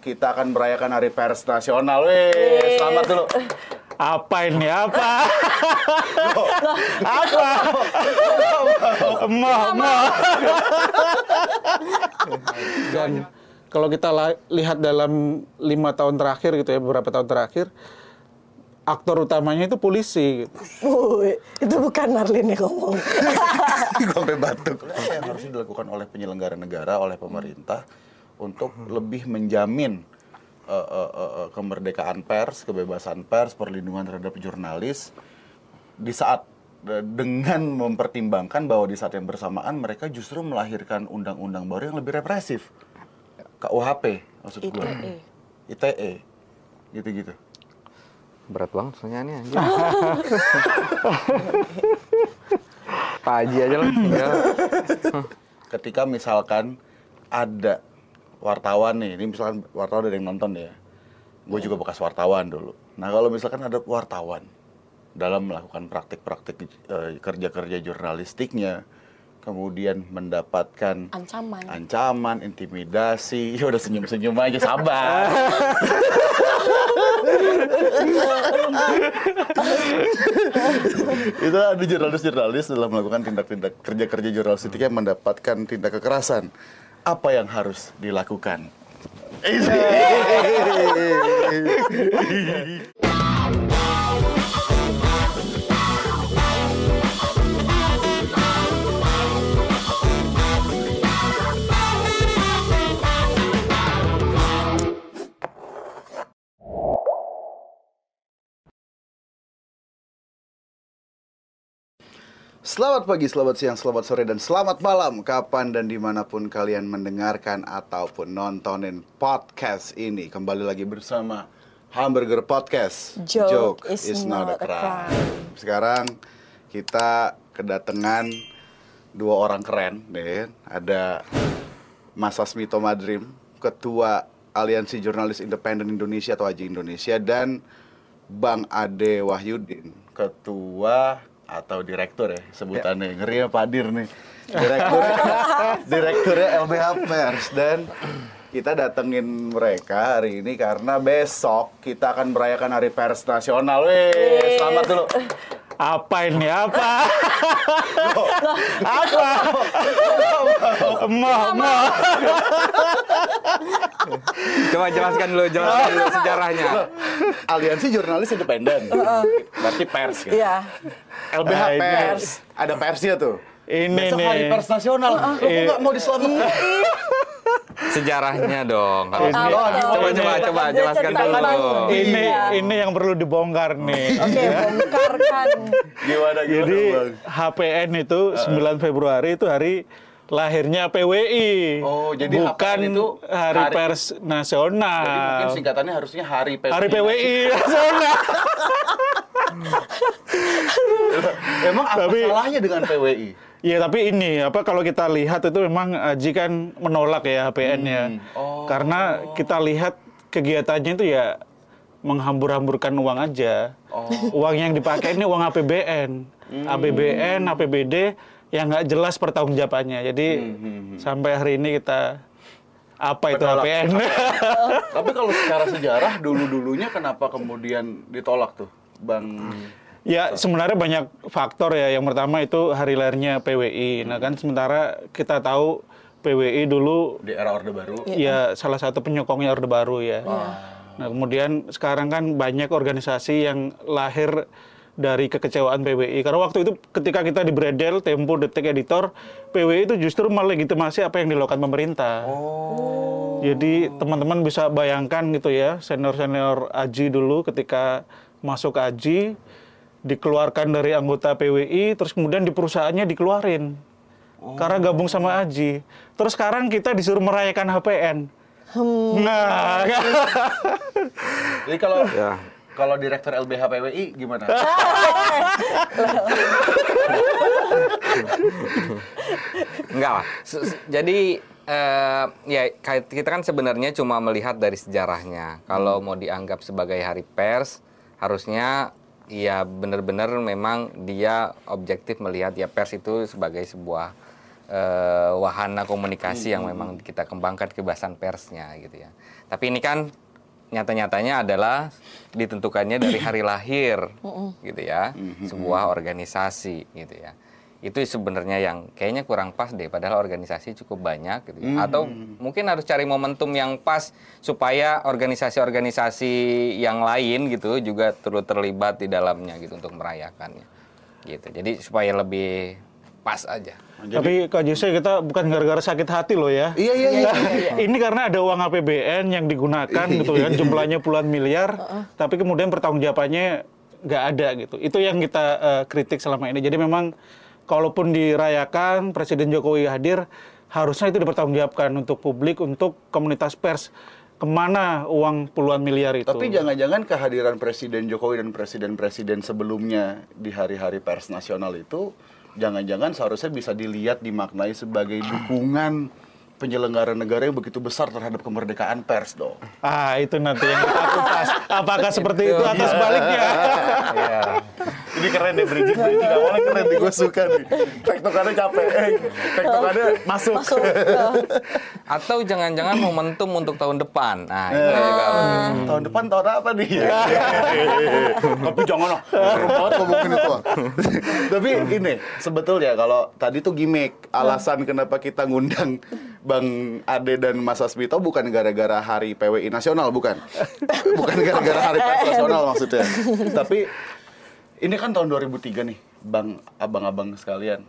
kita akan merayakan Hari Pers Nasional. Wih, selamat dulu. Apa ini? Apa? Apa? Mau. Dan kalau kita lihat dalam 5 tahun terakhir gitu ya, beberapa tahun terakhir, aktor utamanya itu polisi. Itu bukan Marlin yang ngomong. Gue sampai batuk. Apa yang harusnya dilakukan oleh penyelenggara negara, oleh pemerintah untuk lebih menjamin kemerdekaan pers, kebebasan pers, perlindungan terhadap jurnalis di saat dengan mempertimbangkan bahwa di saat yang bersamaan mereka justru melahirkan undang-undang baru yang lebih represif. KUHP maksud gue. ITE. Gitu-gitu. Berat banget pertanyaannya anjir. Pak Haji aja lah. Ya. Ketika misalkan ada wartawan nih, ini misalkan wartawan ada yang nonton ya. Gue juga bekas wartawan dulu. Nah kalau misalkan ada wartawan dalam melakukan praktik-praktik kerja-kerja jurnalistiknya, kemudian mendapatkan ancaman, intimidasi, ya udah senyum-senyum aja, sabar. Itu ada jurnalis-jurnalis dalam melakukan tindak-tindak kerja-kerja jurnalistik yang mendapatkan tindak kekerasan. Apa yang harus dilakukan? Selamat pagi, selamat siang, selamat sore, dan selamat malam kapan dan dimanapun kalian mendengarkan ataupun nontonin podcast ini. Kembali lagi bersama Hamburger Podcast. Joke is not a crime. Sekarang kita kedatangan dua orang keren deh. Ada Mas Asmito Madrim, Ketua Aliansi Jurnalis Independen Indonesia atau AJI Indonesia, dan Bang Ade Wahyudin, Ketua atau direktur ya sebutannya, ngeri ya Pak Dir nih, direkturnya LBH Pers. Dan kita datengin mereka hari ini karena besok kita akan merayakan Hari Pers Nasional. Wih, selamat dulu. Apa ini? Apa? Apa? Mau. Coba jelaskan dulu sejarahnya. Aliansi Jurnalis Independen, berarti pers kan? Iya. LBH Pers, ada persnya tuh. Ini besok nih. Hari Pers Nasional, kok nggak mau diselamatkan? Sejarahnya dong. Coba Jelaskan dulu. Ini yang perlu dibongkar nih. Oke, bongkarkan. Gimana, Jadi Bang? HPN itu 9 Februari itu hari lahirnya PWI. Oh, jadi bukan HPN itu Hari Pers Nasional. Jadi mungkin singkatannya harusnya Hari PWI. Hari PWI Nasional. Emang apa salahnya dengan PWI? Ya tapi ini kalau kita lihat itu memang Aji kan menolak ya HPN-nya. Karena kita lihat kegiatannya itu ya menghambur-hamburkan uang aja. Uang yang dipakai ini uang APBN. APBN, APBD yang nggak jelas pertanggungjawabannya. Jadi sampai hari ini kita itu HPN. Tapi kalau secara sejarah dulu-dulunya kenapa kemudian ditolak tuh, Bang? Ya sebenarnya banyak faktor ya. Yang pertama itu hari lahirnya PWI. Nah kan sementara kita tahu PWI dulu Di era Orde Baru. ya salah satu penyokongnya Orde Baru ya. Nah kemudian sekarang kan banyak organisasi yang lahir dari kekecewaan PWI. Karena waktu itu ketika kita di Bredel, Tempo, Detik, Editor, PWI itu justru melegitimasi apa yang dilakukan pemerintah. Jadi teman-teman bisa bayangkan gitu ya, senior-senior AJI dulu ketika masuk ke AJI, dikeluarkan dari anggota PWI, terus kemudian di perusahaannya dikeluarin. Karena gabung sama AJI. Terus sekarang kita disuruh merayakan HPN. Nah, Jadi kalau direktur LBH PWI gimana? Enggak lah. Jadi ya kita kan sebenarnya cuma melihat dari sejarahnya. Kalau mau dianggap sebagai hari pers, harusnya ya benar-benar memang dia objektif melihat ya pers itu sebagai sebuah wahana komunikasi yang memang kita kembangkan kebebasan persnya gitu ya. Tapi ini kan nyata-nyatanya adalah ditentukannya dari hari lahir, gitu ya, sebuah organisasi, gitu ya. Itu sebenarnya yang kayaknya kurang pas deh, padahal organisasi cukup banyak, gitu ya. Atau mungkin harus cari momentum yang pas supaya organisasi-organisasi yang lain gitu juga turut terlibat di dalamnya gitu untuk merayakannya, gitu. Jadi supaya lebih pas aja. Tapi Kak Jose, kita bukan gara-gara sakit hati loh ya. Iya. Ini karena ada uang APBN yang digunakan gitu kan, jumlahnya puluhan miliar, tapi kemudian pertanggungjawabannya nggak ada gitu. Itu yang kita kritik selama ini. Jadi memang kalaupun dirayakan, Presiden Jokowi hadir, harusnya itu dipertanggungjawabkan untuk publik, untuk komunitas pers. Kemana uang puluhan miliar itu? Tapi jangan-jangan kehadiran Presiden Jokowi dan presiden-presiden sebelumnya di hari-hari pers nasional itu, jangan-jangan seharusnya bisa dilihat, dimaknai sebagai dukungan penyelenggara negara yang begitu besar terhadap kemerdekaan pers dong. Itu nanti yang kita kupas. Apakah seperti itu atau sebaliknya? Ini keren deh, bridging awalnya keren nih, gue suka nih. Tektokannya capek, tektokannya masuk. Atau jangan-jangan momentum untuk tahun depan. Nah, itu juga. Tahun depan tahun apa nih? Tapi jangan lah, seru banget ngomongin itu. Tapi ini, sebetulnya kalau tadi tuh gimmick, alasan kenapa kita ngundang Bang Ade dan Mas Asmito bukan gara-gara hari PWI nasional, bukan. Bukan gara-gara hari pers nasional maksudnya. Tapi ini kan tahun 2003 nih, Bang, abang-abang sekalian.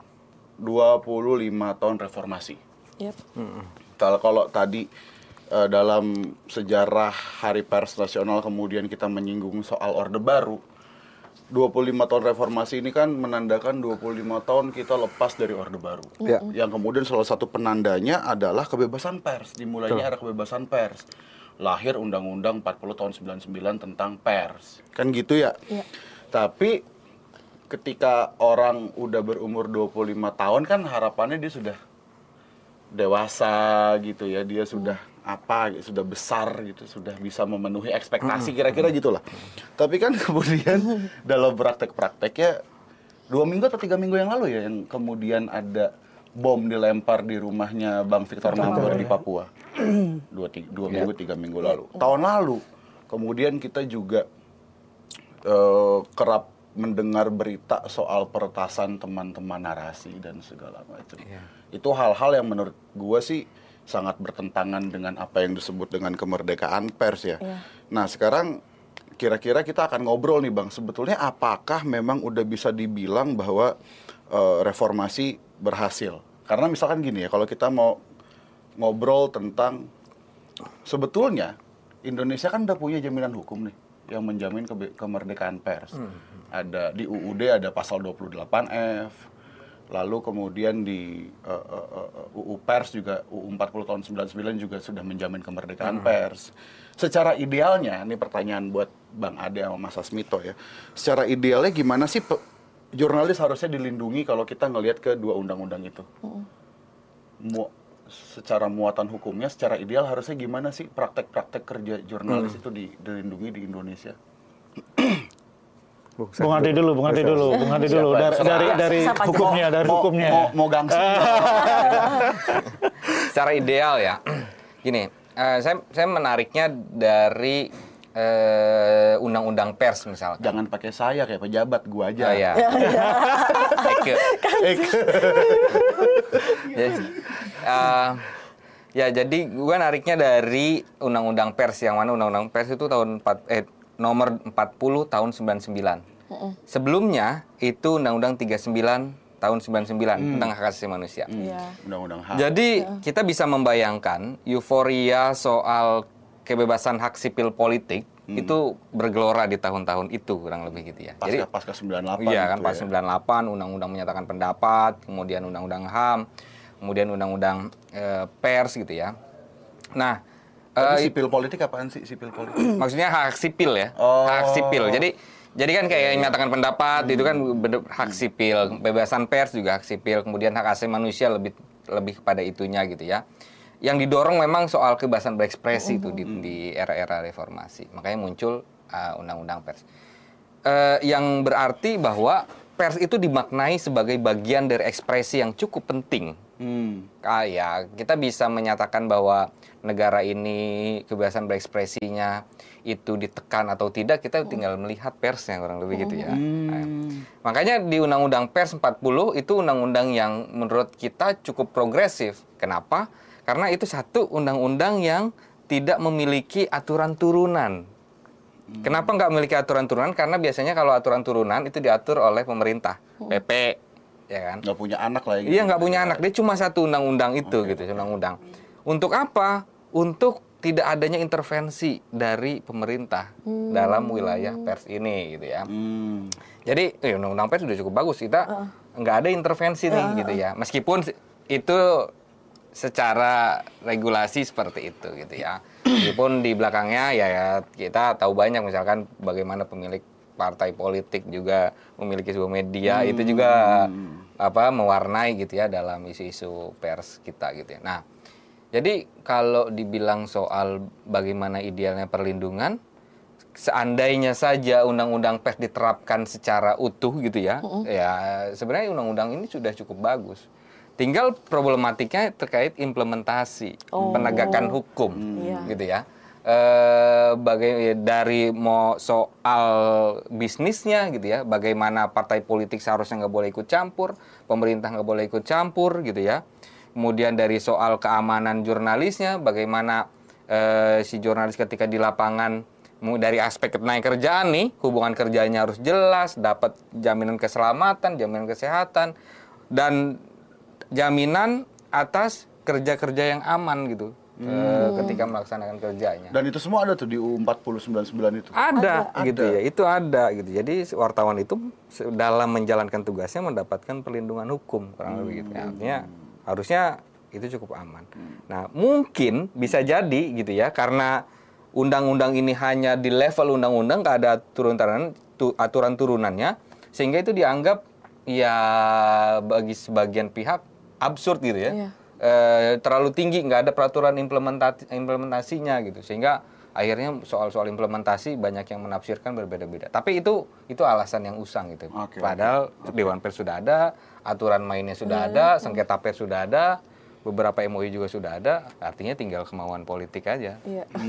25 tahun reformasi. Yep. Kalau tadi dalam sejarah hari pers nasional kemudian kita menyinggung soal Orde Baru, 25 tahun reformasi ini kan menandakan 25 tahun kita lepas dari Orde Baru. Ya. Yang kemudian salah satu penandanya adalah kebebasan pers. Dimulainya era kebebasan pers. Lahir Undang-Undang 40 tahun 99 tentang pers. Kan gitu ya? Ya. Tapi ketika orang udah berumur 25 tahun kan harapannya dia sudah dewasa gitu ya. Dia sudah sudah besar gitu, sudah bisa memenuhi ekspektasi kira-kira gitulah. Tapi kan kemudian dalam praktek-prakteknya 2 minggu atau 3 minggu yang lalu ya yang kemudian ada bom dilempar di rumahnya Bang Victor Mambor di Papua. 2 minggu 3 minggu lalu. Tahun lalu kemudian kita juga kerap mendengar berita soal peretasan teman-teman narasi dan segala macam. Itu hal-hal yang menurut gue sih sangat bertentangan dengan apa yang disebut dengan kemerdekaan pers ya. Nah sekarang kira-kira kita akan ngobrol nih Bang, sebetulnya apakah memang udah bisa dibilang bahwa reformasi berhasil? Karena misalkan gini ya, kalau kita mau ngobrol tentang sebetulnya Indonesia kan udah punya jaminan hukum nih yang menjamin kemerdekaan pers. Ada di UUD ada pasal 28F. Lalu kemudian di UU Pers juga, UU 40 tahun 99 juga sudah menjamin kemerdekaan pers. Secara idealnya, ini pertanyaan buat Bang Ade sama Mas Asmito ya. Secara idealnya gimana sih jurnalis harusnya dilindungi kalau kita ngelihat ke dua undang-undang itu? Secara muatan hukumnya, secara ideal harusnya gimana sih praktek-praktek kerja jurnalis itu dilindungi di Indonesia? Bung Ade dulu. Dari hukumnya, Mau gangster. Secara ideal ya, gini, saya menariknya dari undang-undang pers misalkan. Jangan pakai saya kayak pejabat, gua aja. Oh, iya. Ya, jadi gue nariknya dari undang-undang pers, yang mana undang-undang pers itu nomor 40 tahun 99. Sebelumnya itu undang-undang 39 tahun 99 tentang hak asasi manusia. Undang-undang HAM. Jadi kita bisa membayangkan euforia soal kebebasan hak sipil politik itu bergelora di tahun-tahun itu kurang lebih gitu ya. Jadi Pasca 98 iya kan, gitu pas 98 undang-undang menyatakan pendapat, kemudian undang-undang HAM, kemudian undang-undang pers gitu ya. Nah, sipil politik apaan sih sipil politik? maksudnya hak sipil ya. Oh. Hak sipil. Jadi kan kayak menyatakan pendapat itu kan hak sipil, kebebasan pers juga hak sipil, kemudian hak asasi manusia lebih kepada itunya gitu ya. Yang didorong memang soal kebebasan berekspresi itu di era-era reformasi. Makanya muncul undang-undang pers. Yang berarti bahwa pers itu dimaknai sebagai bagian dari ekspresi yang cukup penting Ya kita bisa menyatakan bahwa negara ini kebebasan berekspresinya itu ditekan atau tidak, kita tinggal melihat persnya, kurang lebih gitu ya. Nah, makanya di Undang-Undang Pers 40 itu undang-undang yang menurut kita cukup progresif. Kenapa? Karena itu satu undang-undang yang tidak memiliki aturan turunan. Kenapa nggak memiliki aturan turunan? Karena biasanya kalau aturan turunan itu diatur oleh pemerintah, PP, ya kan? Nggak punya anak lah ya. Gitu. Iya, nggak punya anak. Dia cuma satu undang-undang itu, gitu, undang-undang. Untuk apa? Untuk tidak adanya intervensi dari pemerintah dalam wilayah pers ini, gitu ya. Jadi undang-undang pers sudah cukup bagus. Kita nggak ada intervensi nih, gitu ya. Meskipun itu secara regulasi seperti itu, gitu ya. Meskipun di belakangnya ya kita tahu banyak, misalkan bagaimana pemilik partai politik juga memiliki sebuah media, itu juga mewarnai gitu ya dalam isu-isu pers kita, gitu ya. Nah, jadi kalau dibilang soal bagaimana idealnya perlindungan, seandainya saja undang-undang pers diterapkan secara utuh gitu ya, ya sebenarnya undang-undang ini sudah cukup bagus. Tinggal problematiknya terkait implementasi, penegakan hukum, gitu ya. Dari mau soal bisnisnya gitu ya, bagaimana partai politik seharusnya nggak boleh ikut campur, pemerintah nggak boleh ikut campur gitu ya. Kemudian dari soal keamanan jurnalisnya, bagaimana si jurnalis ketika di lapangan dari aspek ketenaga kerjaan nih, hubungan kerjanya harus jelas, dapat jaminan keselamatan, jaminan kesehatan, dan jaminan atas kerja-kerja yang aman gitu. Ketika melaksanakan kerjanya. Dan itu semua ada tuh di UU 4099 itu? Ada gitu ya, itu ada gitu. Jadi wartawan itu dalam menjalankan tugasnya mendapatkan perlindungan hukum, kurang lebih gitu. Artinya harusnya itu cukup aman. Nah, mungkin bisa jadi gitu ya, karena undang-undang ini hanya di level undang-undang, nggak ada aturan turunannya, sehingga itu dianggap ya bagi sebagian pihak absurd gitu ya. Terlalu tinggi, nggak ada peraturan implementasinya gitu, sehingga akhirnya soal-soal implementasi banyak yang menafsirkan berbeda-beda. Tapi itu alasan yang usang gitu. Padahal Dewan Pers sudah ada, aturan mainnya sudah ada, sengketa pers sudah ada, beberapa MOU juga sudah ada, artinya tinggal kemauan politik aja.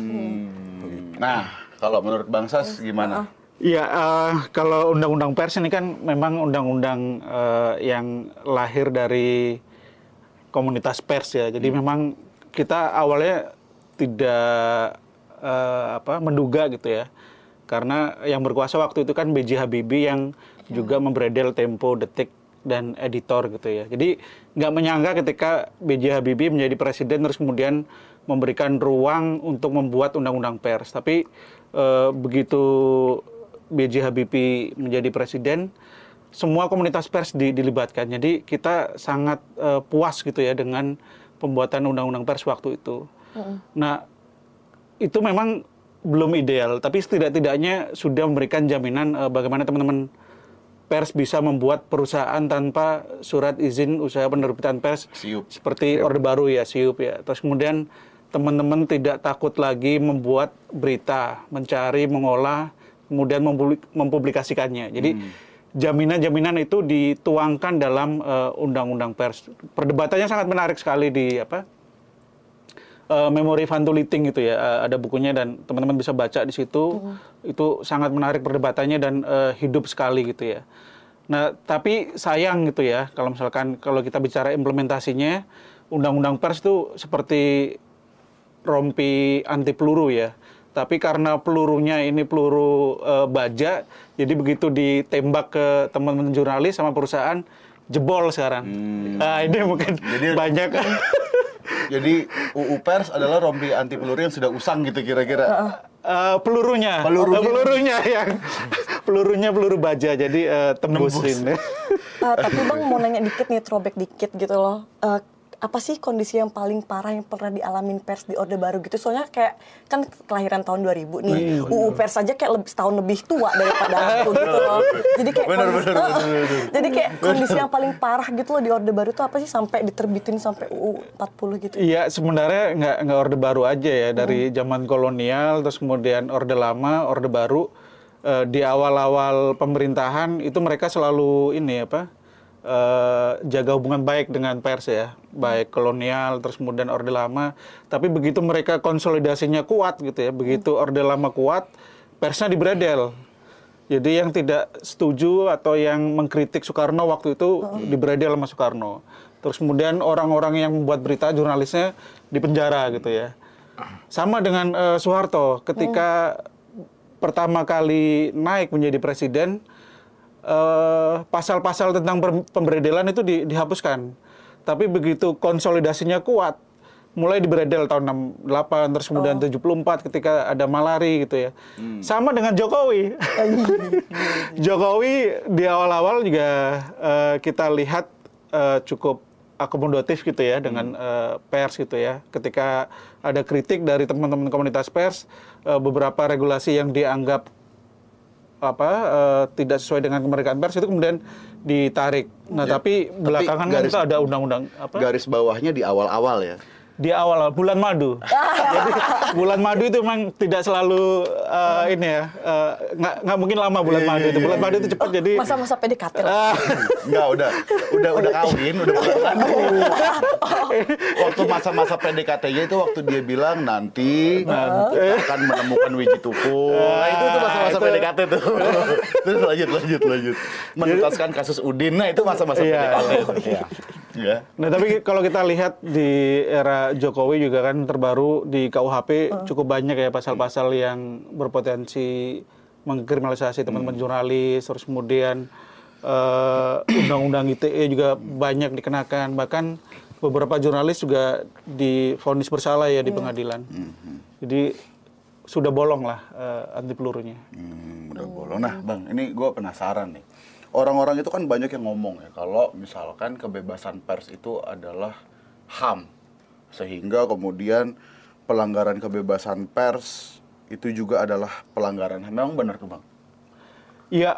Nah, kalau menurut Bang Sas gimana? Iya, kalau undang-undang pers ini kan memang undang-undang yang lahir dari komunitas pers ya. Jadi memang kita awalnya tidak menduga gitu ya. Karena yang berkuasa waktu itu kan B.J. Habibie yang juga membredel Tempo, Detik, dan Editor gitu ya. Jadi nggak menyangka ketika B.J. Habibie menjadi presiden terus kemudian memberikan ruang untuk membuat undang-undang pers. Tapi begitu B.J. Habibie menjadi presiden, semua komunitas pers dilibatkan. Jadi kita sangat puas gitu ya dengan pembuatan undang-undang pers waktu itu. Nah, itu memang belum ideal, tapi setidak-tidaknya sudah memberikan jaminan bagaimana teman-teman pers bisa membuat perusahaan tanpa surat izin usaha penerbitan pers, seperti Orde Baru ya, SIUP ya. Terus kemudian teman-teman tidak takut lagi membuat berita, mencari, mengolah, kemudian mempublikasikannya. Jadi jaminan-jaminan itu dituangkan dalam undang-undang pers. Perdebatannya sangat menarik sekali di Memori Van Tuliting gitu ya. Ada bukunya dan teman-teman bisa baca di situ. Itu sangat menarik perdebatannya dan hidup sekali gitu ya. Nah, tapi sayang gitu ya, kalau misalkan kalau kita bicara implementasinya, undang-undang pers itu seperti rompi anti peluru ya. Tapi karena pelurunya ini peluru baja, jadi begitu ditembak ke teman-teman jurnalis sama perusahaan, jebol sekarang. Nah, ini mungkin jadi, banyak. Jadi UU Pers adalah rompi anti peluru yang sudah usang gitu kira-kira. Pelurunya yang peluru baja, jadi tembusin. Tapi Bang mau nanya dikit nih, throwback dikit gitu loh. Apa sih kondisi yang paling parah yang pernah dialamin pers di Orde Baru gitu? Soalnya kayak kan kelahiran tahun 2000 nih, UU Pers aja kayak setahun lebih tua daripada aku gitu loh. Jadi kayak jadi kayak kondisi yang paling parah gitu loh di Orde Baru tuh apa sih sampai diterbitin sampai UU 40 gitu? Iya, sebenarnya nggak Orde Baru aja ya, dari zaman kolonial, terus kemudian Orde Lama, Orde Baru. Di awal-awal pemerintahan itu mereka selalu jaga hubungan baik dengan pers ya, baik kolonial terus kemudian Orde Lama. Tapi begitu mereka konsolidasinya kuat gitu ya, begitu Orde Lama kuat, persnya dibredel. Jadi yang tidak setuju atau yang mengkritik Soekarno waktu itu dibredel sama Soekarno. Terus kemudian orang-orang yang membuat berita, jurnalisnya dipenjara gitu ya. Sama dengan Soeharto, ketika pertama kali naik menjadi presiden, pasal-pasal tentang pemberedelan itu dihapuskan. Tapi begitu konsolidasinya kuat, mulai dibredel tahun 68, terus kemudian 74 ketika ada malari gitu ya. Sama dengan Jokowi. Jokowi di awal-awal juga kita lihat cukup akomodatif gitu ya dengan pers gitu ya. Ketika ada kritik dari teman-teman komunitas pers, beberapa regulasi yang dianggap tidak sesuai dengan kemerdekaan pers itu kemudian ditarik. Nah, tapi belakangan kan itu ada undang-undang garis bawahnya di awal-awal ya. Di awal bulan madu. Jadi bulan madu itu memang tidak selalu ini ya, nggak mungkin lama bulan madu itu. Bulan madu itu cepat jadi. Masa-masa PDKT lah. Enggak, udah kawin, udah bulan madu. Waktu masa-masa PDKT-nya itu waktu dia bilang nanti kita akan menemukan wiji tuku. Nah, itu masa-masa PDKT tuh. Terus lanjut. Menuntaskan kasus Udin. Nah, itu masa-masa PDKT. Ya. Nah, tapi kalau kita lihat di era Jokowi juga kan terbaru di KUHP cukup banyak ya pasal-pasal yang berpotensi mengkriminalisasi teman-teman jurnalis, terus kemudian undang-undang ITE juga banyak dikenakan, bahkan beberapa jurnalis juga divonis bersalah ya di pengadilan. Jadi sudah bolong lah anti pelurunya. Udah bolong. Nah, Bang, ini gue penasaran nih. Orang-orang itu kan banyak yang ngomong ya, kalau misalkan kebebasan pers itu adalah HAM. Sehingga kemudian pelanggaran kebebasan pers itu juga adalah pelanggaran HAM. Memang benar tuh, Bang? Ya,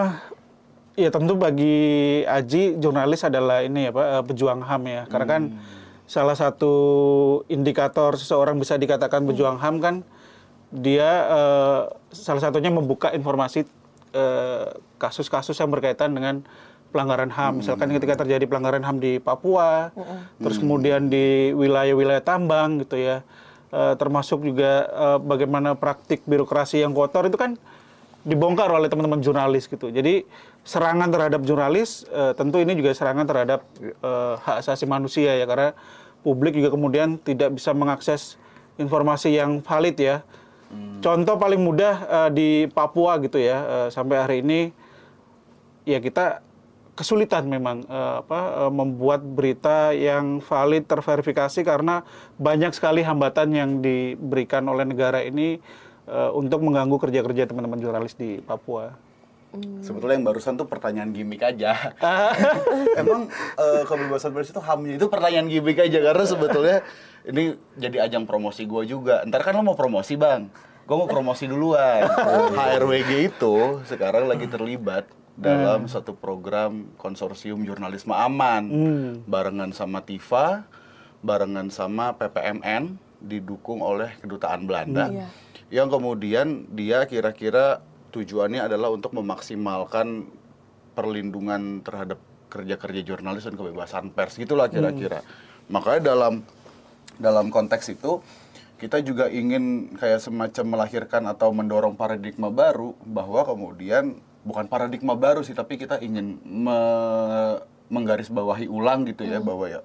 ya tentu bagi Aji, jurnalis adalah ini ya Pak, pejuang HAM ya. Karena kan salah satu indikator seseorang bisa dikatakan pejuang HAM kan, dia salah satunya membuka informasi kasus-kasus yang berkaitan dengan pelanggaran HAM. Misalkan ketika terjadi pelanggaran HAM di Papua, terus kemudian di wilayah-wilayah tambang gitu ya, termasuk juga bagaimana praktik birokrasi yang kotor itu kan dibongkar oleh teman-teman jurnalis gitu. Jadi serangan terhadap jurnalis tentu ini juga serangan terhadap hak asasi manusia ya, karena publik juga kemudian tidak bisa mengakses informasi yang valid ya. Contoh paling mudah di Papua gitu ya, sampai hari ini ya kita kesulitan memang membuat berita yang valid terverifikasi karena banyak sekali hambatan yang diberikan oleh negara ini untuk mengganggu kerja-kerja teman-teman jurnalis di Papua. Sebetulnya yang barusan tuh pertanyaan gimmick aja. Emang kebebasan pers itu HAM-nya itu pertanyaan gimmick aja, karena sebetulnya ini jadi ajang promosi gue juga. Ntar kan lo mau promosi, Bang. Gue mau promosi duluan. HRWG itu sekarang lagi terlibat dalam satu program konsorsium jurnalisme aman. Barengan sama TIFA, barengan sama PPMN, didukung oleh Kedutaan Belanda. Yang kemudian dia kira-kira tujuannya adalah untuk memaksimalkan perlindungan terhadap kerja-kerja jurnalis dan kebebasan pers, gitulah kira-kira. Makanya dalam konteks itu kita juga ingin kayak semacam melahirkan atau mendorong paradigma baru, bahwa kemudian bukan paradigma baru sih, tapi kita ingin menggarisbawahi ulang gitu ya, bahwa ya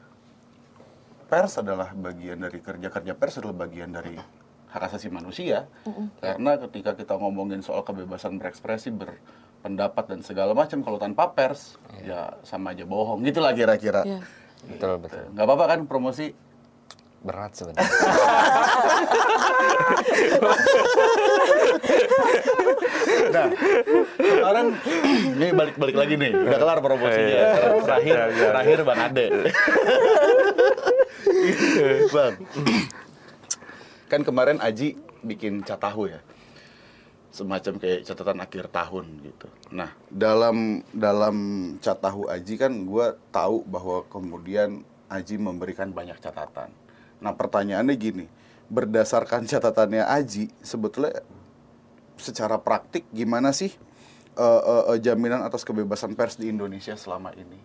pers adalah bagian dari kerja ya, pers adalah bagian dari hak asasi manusia. Karena ketika kita ngomongin soal kebebasan berekspresi, berpendapat dan segala macam, kalau tanpa pers ya sama aja bohong, gitulah kira-kira. Betul. Nggak apa-apa kan promosi? Berat sebenarnya. Nah, sekarang ini balik lagi nih, udah kelar promosinya. Terakhir Bang Ade. Bang, kan kemarin Aji bikin catahu ya, semacam kayak catatan akhir tahun gitu. Nah, dalam catahu Aji kan gue tahu bahwa kemudian Aji memberikan banyak catatan. Nah, pertanyaannya gini, berdasarkan catatannya Aji, sebetulnya secara praktik gimana sih jaminan atas kebebasan pers di Indonesia selama ini?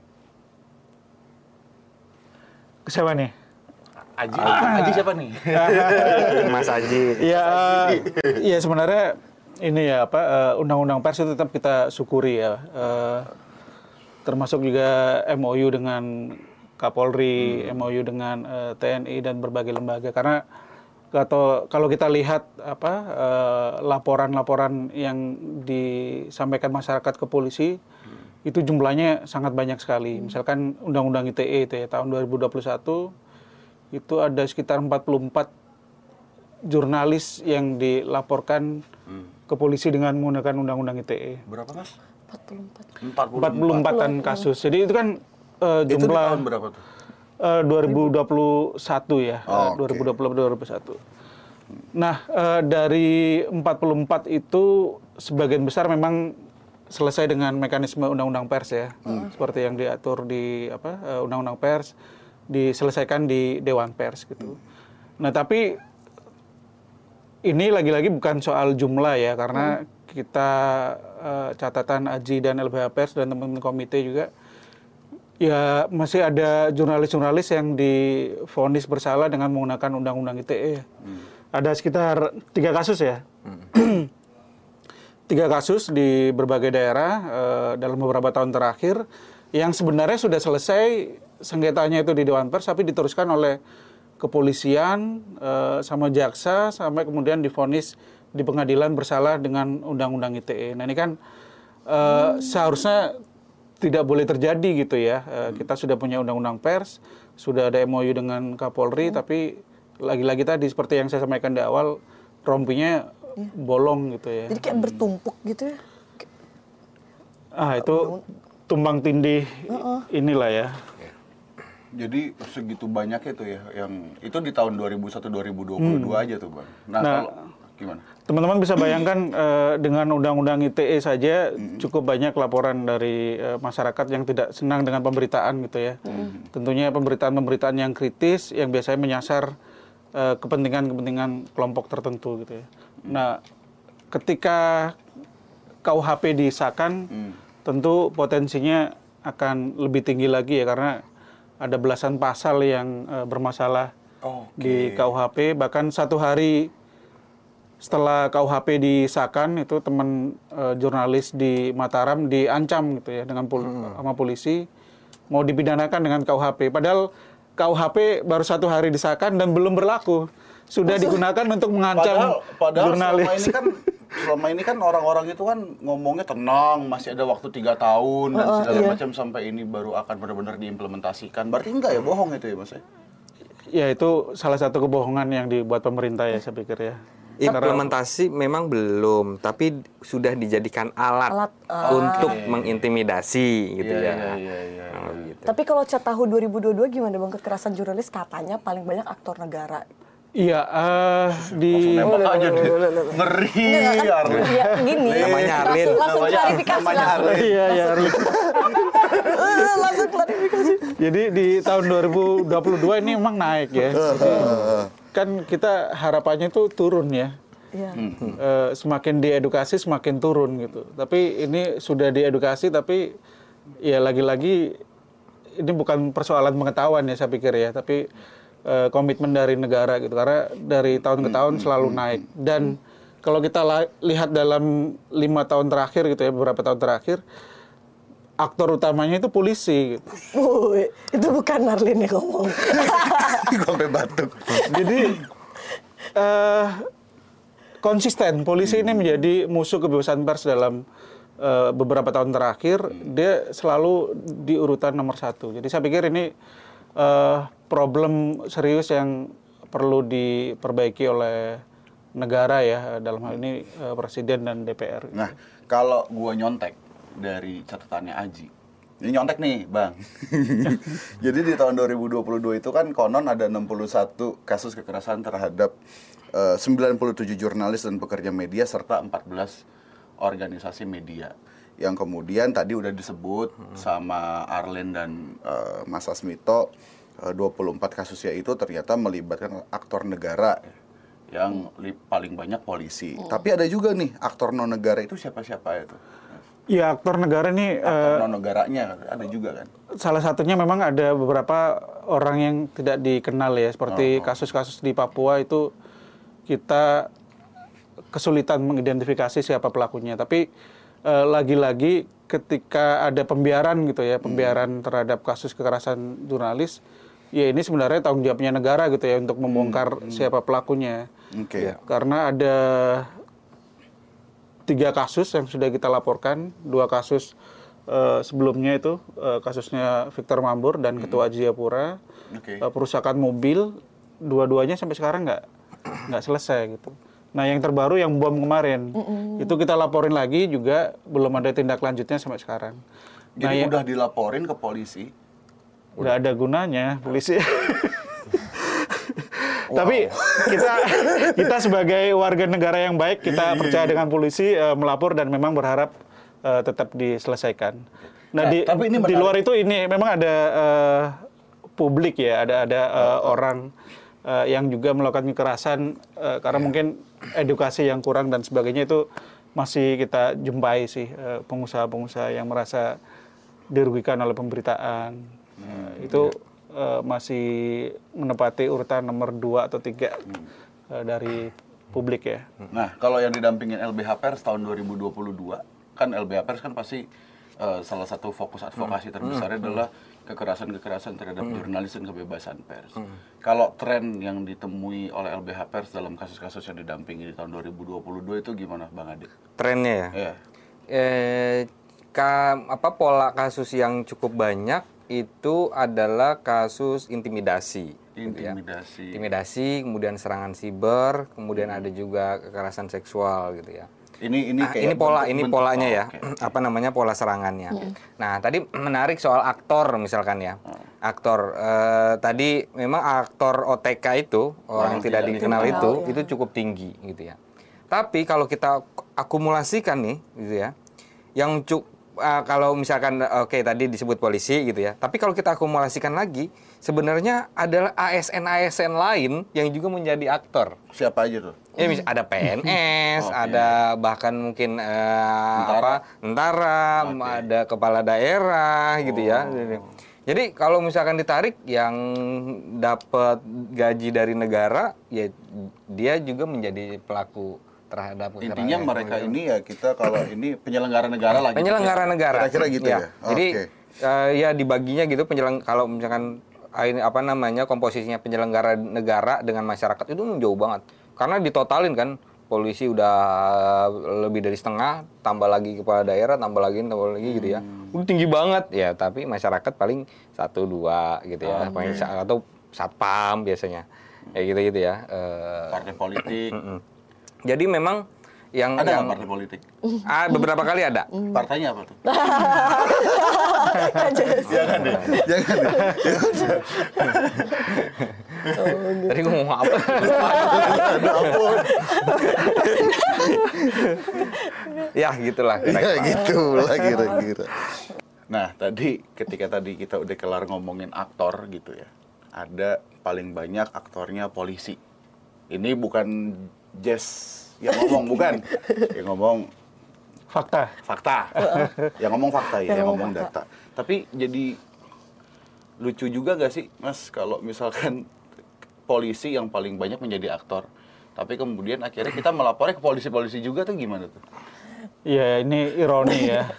Siapa nih? Aji siapa nih? Mas Aji. Ya sebenarnya ini ya undang-undang pers itu tetap kita syukuri ya. Termasuk juga MOU dengan Kapolri, MOU dengan TNI dan berbagai lembaga, karena kalau kita lihat laporan-laporan yang disampaikan masyarakat ke polisi itu jumlahnya sangat banyak sekali. Misalkan Undang-Undang ITE itu ya, tahun 2021 itu ada sekitar 44 jurnalis yang dilaporkan ke polisi dengan menggunakan Undang-Undang ITE. Berapa, Mas? 44. 44-an kasus. Jadi itu kan Itu di jumlah tahun berapa tuh? 2021 ya, Oh, 2020-2021. Nah, dari 44 itu sebagian besar memang selesai dengan mekanisme undang-undang pers ya, seperti yang diatur di undang-undang pers, diselesaikan di Dewan Pers gitu. Nah, tapi ini lagi-lagi bukan soal jumlah ya, karena kita catatan Aji dan LBH Pers dan teman-teman komite juga, ya masih ada jurnalis-jurnalis yang divonis bersalah dengan menggunakan Undang-Undang ITE. Ada sekitar 3 kasus ya. 3 kasus di berbagai daerah dalam beberapa tahun terakhir yang sebenarnya sudah selesai sengketanya itu di Dewan Pers, tapi diteruskan oleh kepolisian sama jaksa sampai kemudian divonis di pengadilan bersalah dengan Undang-Undang ITE. Nah ini kan seharusnya tidak boleh terjadi gitu ya. Kita sudah punya Undang-Undang Pers, sudah ada MOU dengan Kapolri, tapi lagi-lagi tadi seperti yang saya sampaikan di awal, rompinya bolong gitu ya. Jadi kayak bertumpuk gitu ya. Itu tumbang tindih inilah ya. Jadi segitu banyak itu ya, yang itu di tahun 2001-2022 aja tuh, Bang. Nah, kalau gimana? Teman-teman bisa bayangkan dengan Undang-Undang ITE saja cukup banyak laporan dari masyarakat yang tidak senang dengan pemberitaan gitu ya. Tentunya pemberitaan-pemberitaan yang kritis yang biasanya menyasar kepentingan-kepentingan kelompok tertentu gitu ya. Nah, ketika KUHP disahkan, tentu potensinya akan lebih tinggi lagi ya, karena ada belasan pasal yang bermasalah di KUHP. Bahkan 1 hari setelah KUHP disahkan itu teman jurnalis di Mataram diancam gitu ya dengan sama polisi mau dipidanakan dengan KUHP. Padahal KUHP baru 1 hari disahkan dan belum berlaku. Sudah digunakan untuk mengancam padahal jurnalis. selama ini kan orang-orang itu kan ngomongnya tenang, masih ada waktu 3 tahun dan segala macam sampai ini baru akan benar-benar diimplementasikan. Berarti enggak ya, bohong itu ya, Mas? Ya itu salah satu kebohongan yang dibuat pemerintah ya, saya pikir ya. Implementasi memang belum, tapi sudah dijadikan alat untuk mengintimidasi gitu ya. Gitu. Tapi kalau cat tahun 2022 gimana Bang, kekerasan jurnalis katanya paling banyak aktor negara. Iya, di Nembak aja deh. Ngeri. Ya gini. Namanya Arlin. Langsung klarifikasi. Iya, Arlin. Langsung klarifikasi. Jadi di tahun 2022 ini memang naik ya. Jadi, kan kita harapannya itu turun ya. Iya. Semakin diedukasi semakin turun gitu. Tapi ini sudah diedukasi, tapi ya lagi-lagi ini bukan persoalan pengetahuan ya saya pikir ya, tapi komitmen dari negara gitu, karena dari tahun ke tahun selalu naik. Dan kalau kita lihat dalam 5 tahun terakhir gitu ya, beberapa tahun terakhir, aktor utamanya itu polisi gitu. Itu bukan Marlin yang ngomong. Gue sampai batuk. Jadi konsisten polisi ini menjadi musuh kebebasan pers dalam beberapa tahun terakhir. Dia selalu di urutan nomor 1. Jadi saya pikir ini problem serius yang perlu diperbaiki oleh negara ya, dalam hal ini presiden dan DPR. Nah, kalau gua nyontek dari catatannya Aji, ini nyontek nih, Bang. Jadi di tahun 2022 itu kan konon ada 61 kasus kekerasan terhadap 97 jurnalis dan pekerja media serta 14 organisasi media. Yang kemudian tadi udah disebut sama Arlen dan Mas Asmito, 24 kasusnya itu ternyata melibatkan aktor negara yang paling banyak polisi. Tapi ada juga nih aktor non negara itu siapa-siapa itu? Ya, aktor negara nih Aktor non-negaranya ada juga kan? salah satunya memang ada beberapa orang yang tidak dikenal ya, seperti kasus-kasus di Papua itu kita kesulitan mengidentifikasi siapa pelakunya. Tapi lagi-lagi ketika ada pembiaran gitu ya, pembiaran terhadap kasus kekerasan jurnalis, ya ini sebenarnya tanggung jawabnya negara gitu ya untuk membongkar siapa pelakunya. Oke. Ya, karena ada 3 kasus yang sudah kita laporkan, 2 kasus sebelumnya itu kasusnya Victor Mambur dan Ketua Jayapura, Oke. perusakan mobil, dua-duanya sampai sekarang nggak selesai gitu. Nah yang terbaru yang bom kemarin, itu kita laporin lagi juga belum ada tindak lanjutnya sampai sekarang. Nah, Jadi udah dilaporin ke polisi. nggak ada gunanya polisi. Tapi kita sebagai warga negara yang baik, kita percaya dengan polisi, melapor dan memang berharap tetap diselesaikan. Nah, tapi ini di menarik. luar itu ini memang ada publik ya, ada orang yang juga melakukan kekerasan karena mungkin edukasi yang kurang dan sebagainya, itu masih kita jumpai sih pengusaha-pengusaha yang merasa dirugikan oleh pemberitaan. Itu masih menempati urutan nomor 2 atau 3 dari publik ya. Nah, kalau yang didampingin LBH Pers tahun 2022, kan LBH Pers kan pasti salah satu fokus advokasi terbesarnya adalah kekerasan-kekerasan terhadap jurnalis dan kebebasan pers. Kalau tren yang ditemui oleh LBH Pers dalam kasus-kasus yang didampingi di tahun 2022 itu gimana, Bang Ade? Trennya ya. Iya. Pola kasus yang cukup banyak itu adalah kasus intimidasi. Gitu ya. Intimidasi, kemudian serangan siber, kemudian ada juga kekerasan seksual gitu ya. Ini polanya ya. Okay. Pola serangannya. Nah, tadi menarik soal aktor misalkan ya. Aktor tadi memang aktor OTK itu, orang yang tidak dikenal itu cukup tinggi gitu ya. Tapi kalau kita akumulasikan nih gitu ya. Yang kalau misalkan tadi disebut polisi gitu ya. Tapi kalau kita akumulasikan lagi, sebenarnya adalah ASN lain yang juga menjadi aktor. Siapa aja tuh? Ya, ada PNS, ada bahkan mungkin tentara, ada kepala daerah gitu ya. Jadi kalau misalkan ditarik yang dapat gaji dari negara, ya dia juga menjadi pelaku terhadap kekerasan. Intinya mereka ini ya, kita kalau ini penyelenggara negara lah. Penyelenggara negara. Kira-kira gitu ya. Jadi ya dibaginya gitu kalau misalkan komposisinya penyelenggara negara dengan masyarakat itu jauh banget. Karena ditotalin kan, polisi udah lebih dari setengah, tambah lagi kepala daerah, tambah lagi gitu ya. Udah tinggi banget ya, tapi masyarakat paling 1-2 gitu ya. Paling atau satpam biasanya. Ya gitu-gitu ya. Partai politik. Jadi memang yang ada nggak partai politik? Beberapa kali ada. Partainya apa tuh? Jangan deh. Tadi gue ngomong apa? Ya gitulah. Ya gitulah kira-kira. Nah, ketika kita udah kelar ngomongin aktor gitu ya. Ada paling banyak aktornya polisi. Ini bukan Jess yang ngomong, bukan. Yang ngomong Fakta. Yang ngomong fakta ya, yang ngomong data. Tapi jadi lucu juga gak sih, Mas, kalau misalkan polisi yang paling banyak menjadi aktor, tapi kemudian akhirnya kita melapornya ke polisi-polisi juga tuh gimana tuh? Iya, ini ironi ya.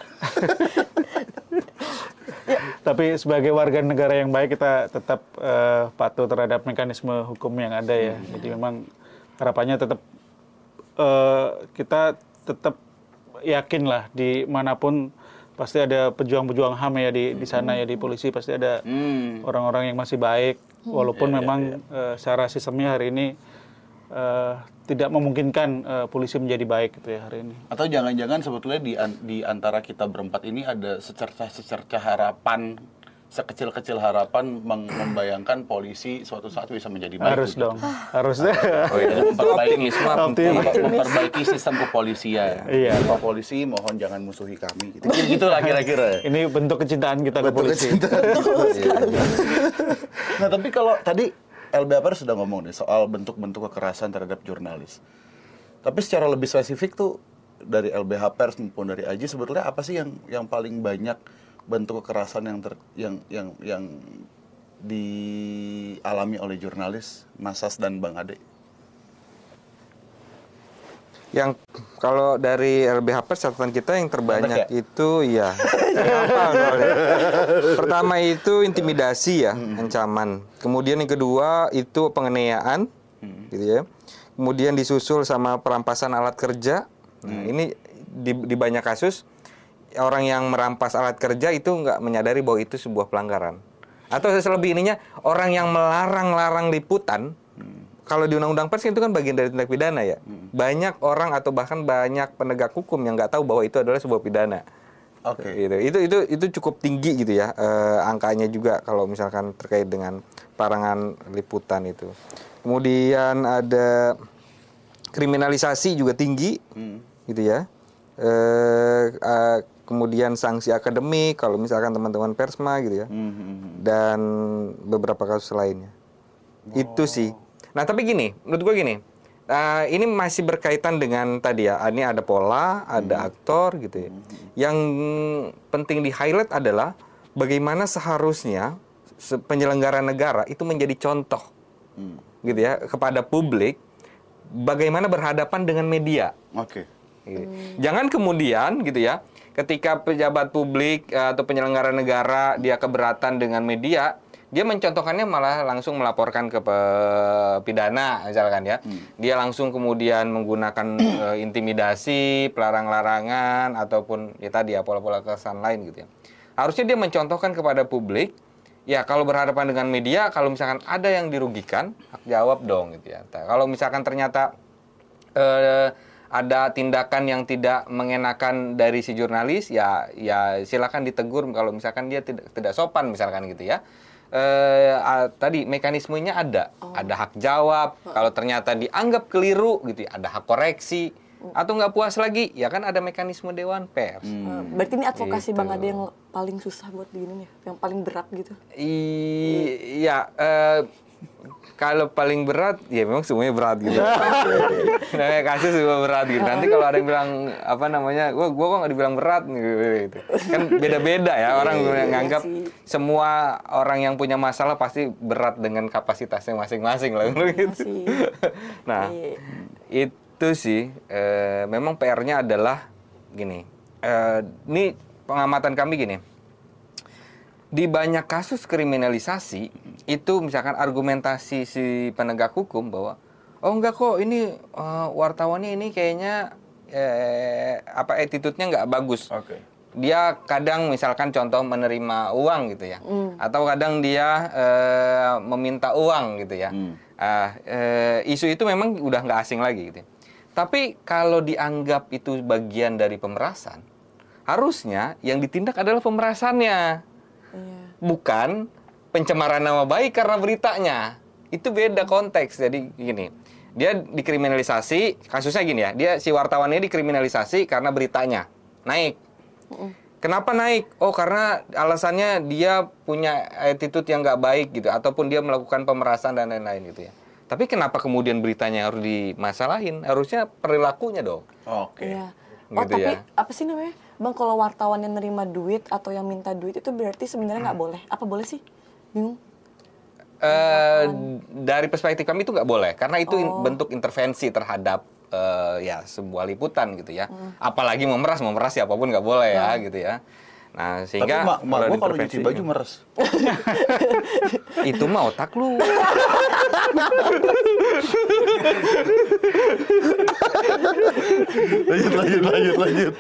Tapi sebagai warga negara yang baik, kita tetap patuh terhadap mekanisme hukum yang ada ya. Jadi memang harapannya tetap kita tetap yakin lah dimanapun pasti ada pejuang-pejuang HAM ya di sana ya, di polisi pasti ada orang-orang yang masih baik, walaupun memang secara sistemnya hari ini tidak memungkinkan polisi menjadi baik gitu ya hari ini. Atau jangan-jangan sebetulnya di antara kita berempat ini ada secercah harapan, sekecil-kecil harapan membayangkan polisi suatu saat bisa menjadi baik. Harus dong, harus. Memperbaiki sistem kepolisian. Iya. Pak polisi, mohon jangan musuhi kami. Gitulah kira-kira. Ini bentuk kecintaan kita ke polisi. Nah, tapi kalau tadi LBH Pers sudah ngomong nih soal bentuk-bentuk kekerasan terhadap jurnalis. Tapi secara lebih spesifik tuh dari LBH Pers maupun dari Aji, sebetulnya apa sih yang paling banyak bentuk kekerasan yang dialami oleh jurnalis Mas Sas dan Bang Ade? Yang kalau dari LBH Pers catatan kita yang terbanyak ya? itu ya. Kenapa? Pertama itu intimidasi ya, ancaman. Kemudian yang kedua itu penganiayaan, gitu ya. Kemudian disusul sama perampasan alat kerja. Nah, ini di banyak kasus orang yang merampas alat kerja itu nggak menyadari bahwa itu sebuah pelanggaran. Atau selebih ininya orang yang melarang-larang liputan. Kalau di Undang-Undang Pers itu kan bagian dari tindak pidana ya. Banyak orang atau bahkan banyak penegak hukum yang nggak tahu bahwa itu adalah sebuah pidana. Oke. Gitu. Itu cukup tinggi gitu ya angkanya juga kalau misalkan terkait dengan larangan liputan itu. Kemudian ada kriminalisasi juga tinggi, gitu ya. Kemudian sanksi akademik kalau misalkan teman-teman persma gitu ya. Dan beberapa kasus lainnya. Itu sih. Nah, tapi gini, menurut gue gini, ini masih berkaitan dengan tadi ya, ini ada pola, ada aktor gitu ya. Yang penting di-highlight adalah bagaimana seharusnya penyelenggara negara itu menjadi contoh, gitu ya, kepada publik, bagaimana berhadapan dengan media. Oke. Gitu. Jangan kemudian gitu ya, ketika pejabat publik atau penyelenggara negara dia keberatan dengan media, dia mencontohkannya malah langsung melaporkan ke pidana misalkan ya. Dia langsung kemudian menggunakan intimidasi, pelarang-larangan ataupun ya tadi ya pola-pola kekerasan lain gitu ya. Harusnya dia mencontohkan kepada publik ya kalau berhadapan dengan media kalau misalkan ada yang dirugikan, hak jawab dong gitu ya. Kalau misalkan ternyata ada tindakan yang tidak mengenakan dari si jurnalis ya silakan ditegur kalau misalkan dia tidak sopan misalkan gitu ya. Tadi mekanismenya ada hak jawab. Kalau ternyata dianggap keliru gitu ya, ada hak koreksi. Atau nggak puas lagi, ya kan ada mekanisme Dewan Pers. Berarti ini advokasi Gitu. Bang Ade yang paling susah buat begini ya, yang paling berat gitu. Iya, kalau paling berat, ya memang semuanya berat gitu. Nah, kasus juga berat gitu. Nanti kalau ada yang bilang apa namanya, gua kok nggak dibilang berat gitu. Kan beda-beda ya orang yang nganggap semua orang yang punya masalah pasti berat dengan kapasitasnya masing-masing lah gitu. Nah, itu sih memang PR-nya adalah gini. Ini pengamatan kami gini. Di banyak kasus kriminalisasi itu misalkan argumentasi si penegak hukum bahwa oh enggak kok ini wartawannya ini kayaknya attitude-nya nggak bagus. Oke. Dia kadang misalkan contoh menerima uang gitu ya, atau kadang dia meminta uang gitu ya. Isu itu memang udah nggak asing lagi gitu. Tapi kalau dianggap itu bagian dari pemerasan, harusnya yang ditindak adalah pemerasannya. Bukan pencemaran nama baik karena beritanya. Itu beda konteks. Jadi gini, dia dikriminalisasi, kasusnya gini ya, dia si wartawannya dikriminalisasi karena beritanya naik. Kenapa naik? Oh karena alasannya dia punya attitude yang nggak baik gitu, ataupun dia melakukan pemerasan dan lain-lain gitu ya. Tapi kenapa kemudian beritanya harus dimasalahin? Harusnya perilakunya dong. Oke. Iya. Gitu tapi ya. apa sih namanya? Bang, kalau wartawan yang nerima duit atau yang minta duit itu berarti sebenarnya nggak boleh. Apa boleh sih? Bingung. Dari perspektif kami itu nggak boleh, karena itu bentuk intervensi terhadap ya sebuah liputan gitu ya. Apalagi memeras siapapun nggak boleh ya gitu ya. Nah sehingga Tapi mak gua kalau cuci baju meres. itu mah otak lu. Lanjut.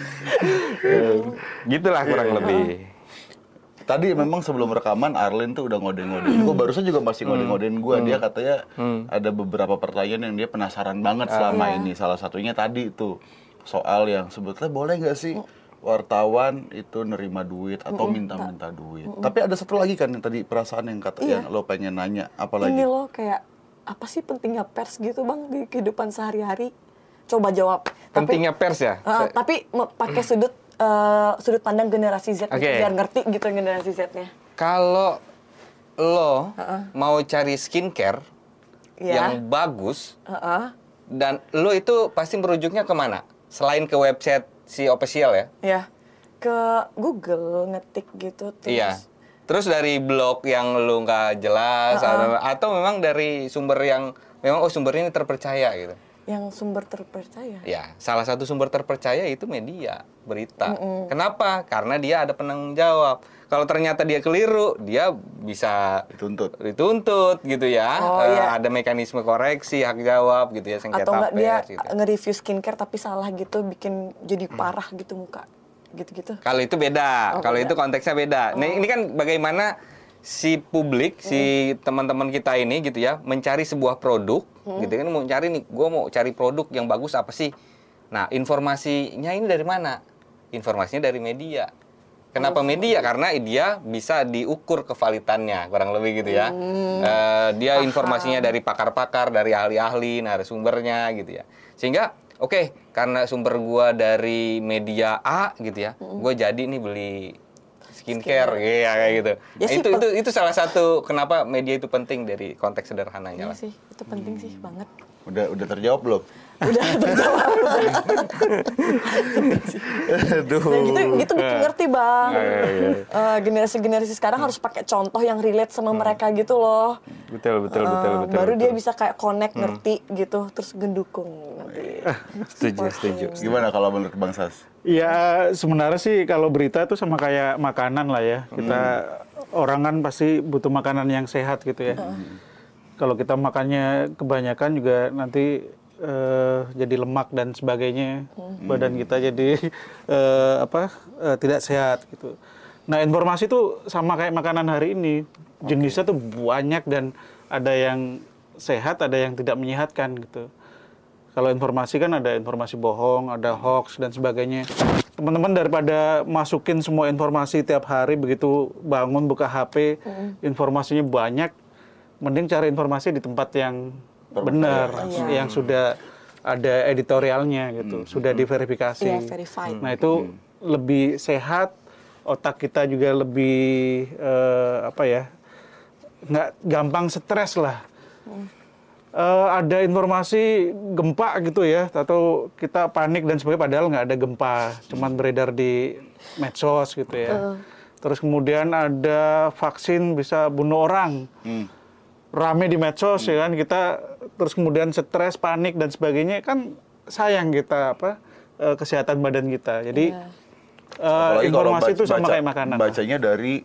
Gitulah kurang lebih. Tadi memang sebelum rekaman Arlin tuh udah ngode-ngodein. Gue barusan juga masih ngode-ngodein gue. Dia katanya ada beberapa pertanyaan yang dia penasaran banget selama ini. Salah satunya tadi tuh soal yang sebetulnya boleh nggak sih wartawan itu nerima duit atau minta-minta duit. Tapi ada satu lagi kan yang tadi perasaan yang kata yang lo pengen nanya. Apalagi? Ini loh kayak apa sih pentingnya pers gitu Bang di kehidupan sehari-hari? Coba jawab. Pentingnya pers ya? Tapi pakai sudut pandang generasi Z gitu, biar ngerti gitu generasi Z-nya. Kalau lo mau cari skincare yang bagus dan lo itu pasti merujuknya kemana? selain ke website si official ya? Ya, ke Google ngetik gitu terus. Iya. Terus dari blog yang lu nggak jelas atau memang dari sumber yang memang sumber ini terpercaya gitu? Yang sumber terpercaya. Ya, salah satu sumber terpercaya itu media berita. Kenapa? Karena dia ada penanggung jawab. Kalau ternyata dia keliru, dia bisa dituntut gitu ya. Ada mekanisme koreksi hak jawab gitu ya, sengketa atau enggak dia pers gitu. nge-review skincare tapi salah gitu, bikin jadi parah gitu muka. Gitu-gitu. Kalau itu beda. Kalau itu konteksnya beda. Nah, ini kan bagaimana si publik, si teman-teman kita ini gitu ya, mencari sebuah produk, gitu kan, mau cari nih, gue mau cari produk yang bagus apa sih? Nah, informasinya ini dari mana? Informasinya dari media. Kenapa media? Karena dia bisa diukur kevalitannya, kurang lebih gitu ya. Dia informasinya dari pakar-pakar, dari ahli-ahli, narasumbernya gitu ya. Sehingga, oke, karena sumber gua dari media A gitu ya, gue jadi nih beli skincare. Ya, kayak gitu. Ya Nah, itu salah satu kenapa media itu penting dari konteks sederhananya Iya lah. sih, itu penting sih banget. Udah terjawab belum? Udah terjawab. Aduh. Nah, gitu bikin ngerti, Bang. Generasi-generasi sekarang harus pakai contoh yang relate sama mereka gitu loh. Betul. Baru dia bisa kayak connect, ngerti gitu, terus gendukung nanti. Setuju. Gimana kalau menurut Bang Sas? Ya sebenarnya sih kalau berita itu sama kayak makanan lah ya. Kita orang kan pasti butuh makanan yang sehat gitu ya. Kalau kita makannya kebanyakan juga nanti jadi lemak dan sebagainya, badan kita jadi tidak sehat gitu. Nah, informasi itu sama kayak makanan hari ini, jenisnya tuh banyak dan ada yang sehat, ada yang tidak menyehatkan gitu. Kalau informasi kan ada informasi bohong, ada hoax dan sebagainya. Teman-teman daripada masukin semua informasi tiap hari, begitu bangun buka HP, informasinya banyak, mending cari informasi di tempat yang benar, yang sudah ada editorialnya gitu, sudah diverifikasi. Iya, verified. Nah, itu lebih sehat, otak kita juga lebih nggak gampang stres lah. Ada informasi gempa gitu ya, atau kita panik dan sebagainya, padahal nggak ada gempa, cuman beredar di medsos gitu ya. Terus kemudian ada vaksin bisa bunuh orang, rame di medsos ya kan, kita terus kemudian stres, panik dan sebagainya, kan sayang kita kesehatan badan kita. Jadi informasi itu sama kayak makanan. Bacanya dari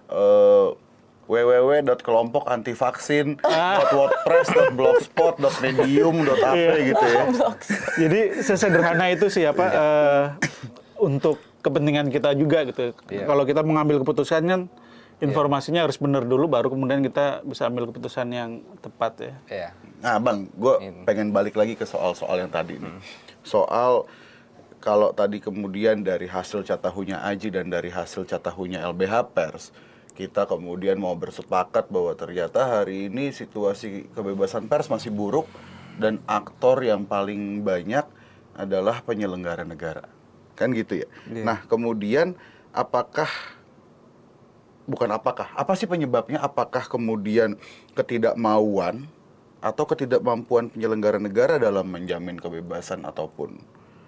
www.kelompok-antivaksin.wordpress.blogspot.medium.ap gitu ya. Jadi sesederhana itu sih untuk kepentingan kita juga gitu. Kalau kita mengambil keputusan kan informasinya harus benar dulu, baru kemudian kita bisa ambil keputusan yang tepat ya. Nah, Bang, gue pengen balik lagi ke soal-soal yang tadi nih. Soal kalau tadi kemudian dari hasil catahunya Aji dan dari hasil catahunya LBH Pers, kita kemudian mau bersepakat bahwa ternyata hari ini situasi kebebasan pers masih buruk dan aktor yang paling banyak adalah penyelenggara negara. Kan gitu ya? Nah, kemudian apa sih penyebabnya? Apakah kemudian ketidakmauan atau ketidakmampuan penyelenggara negara dalam menjamin kebebasan ataupun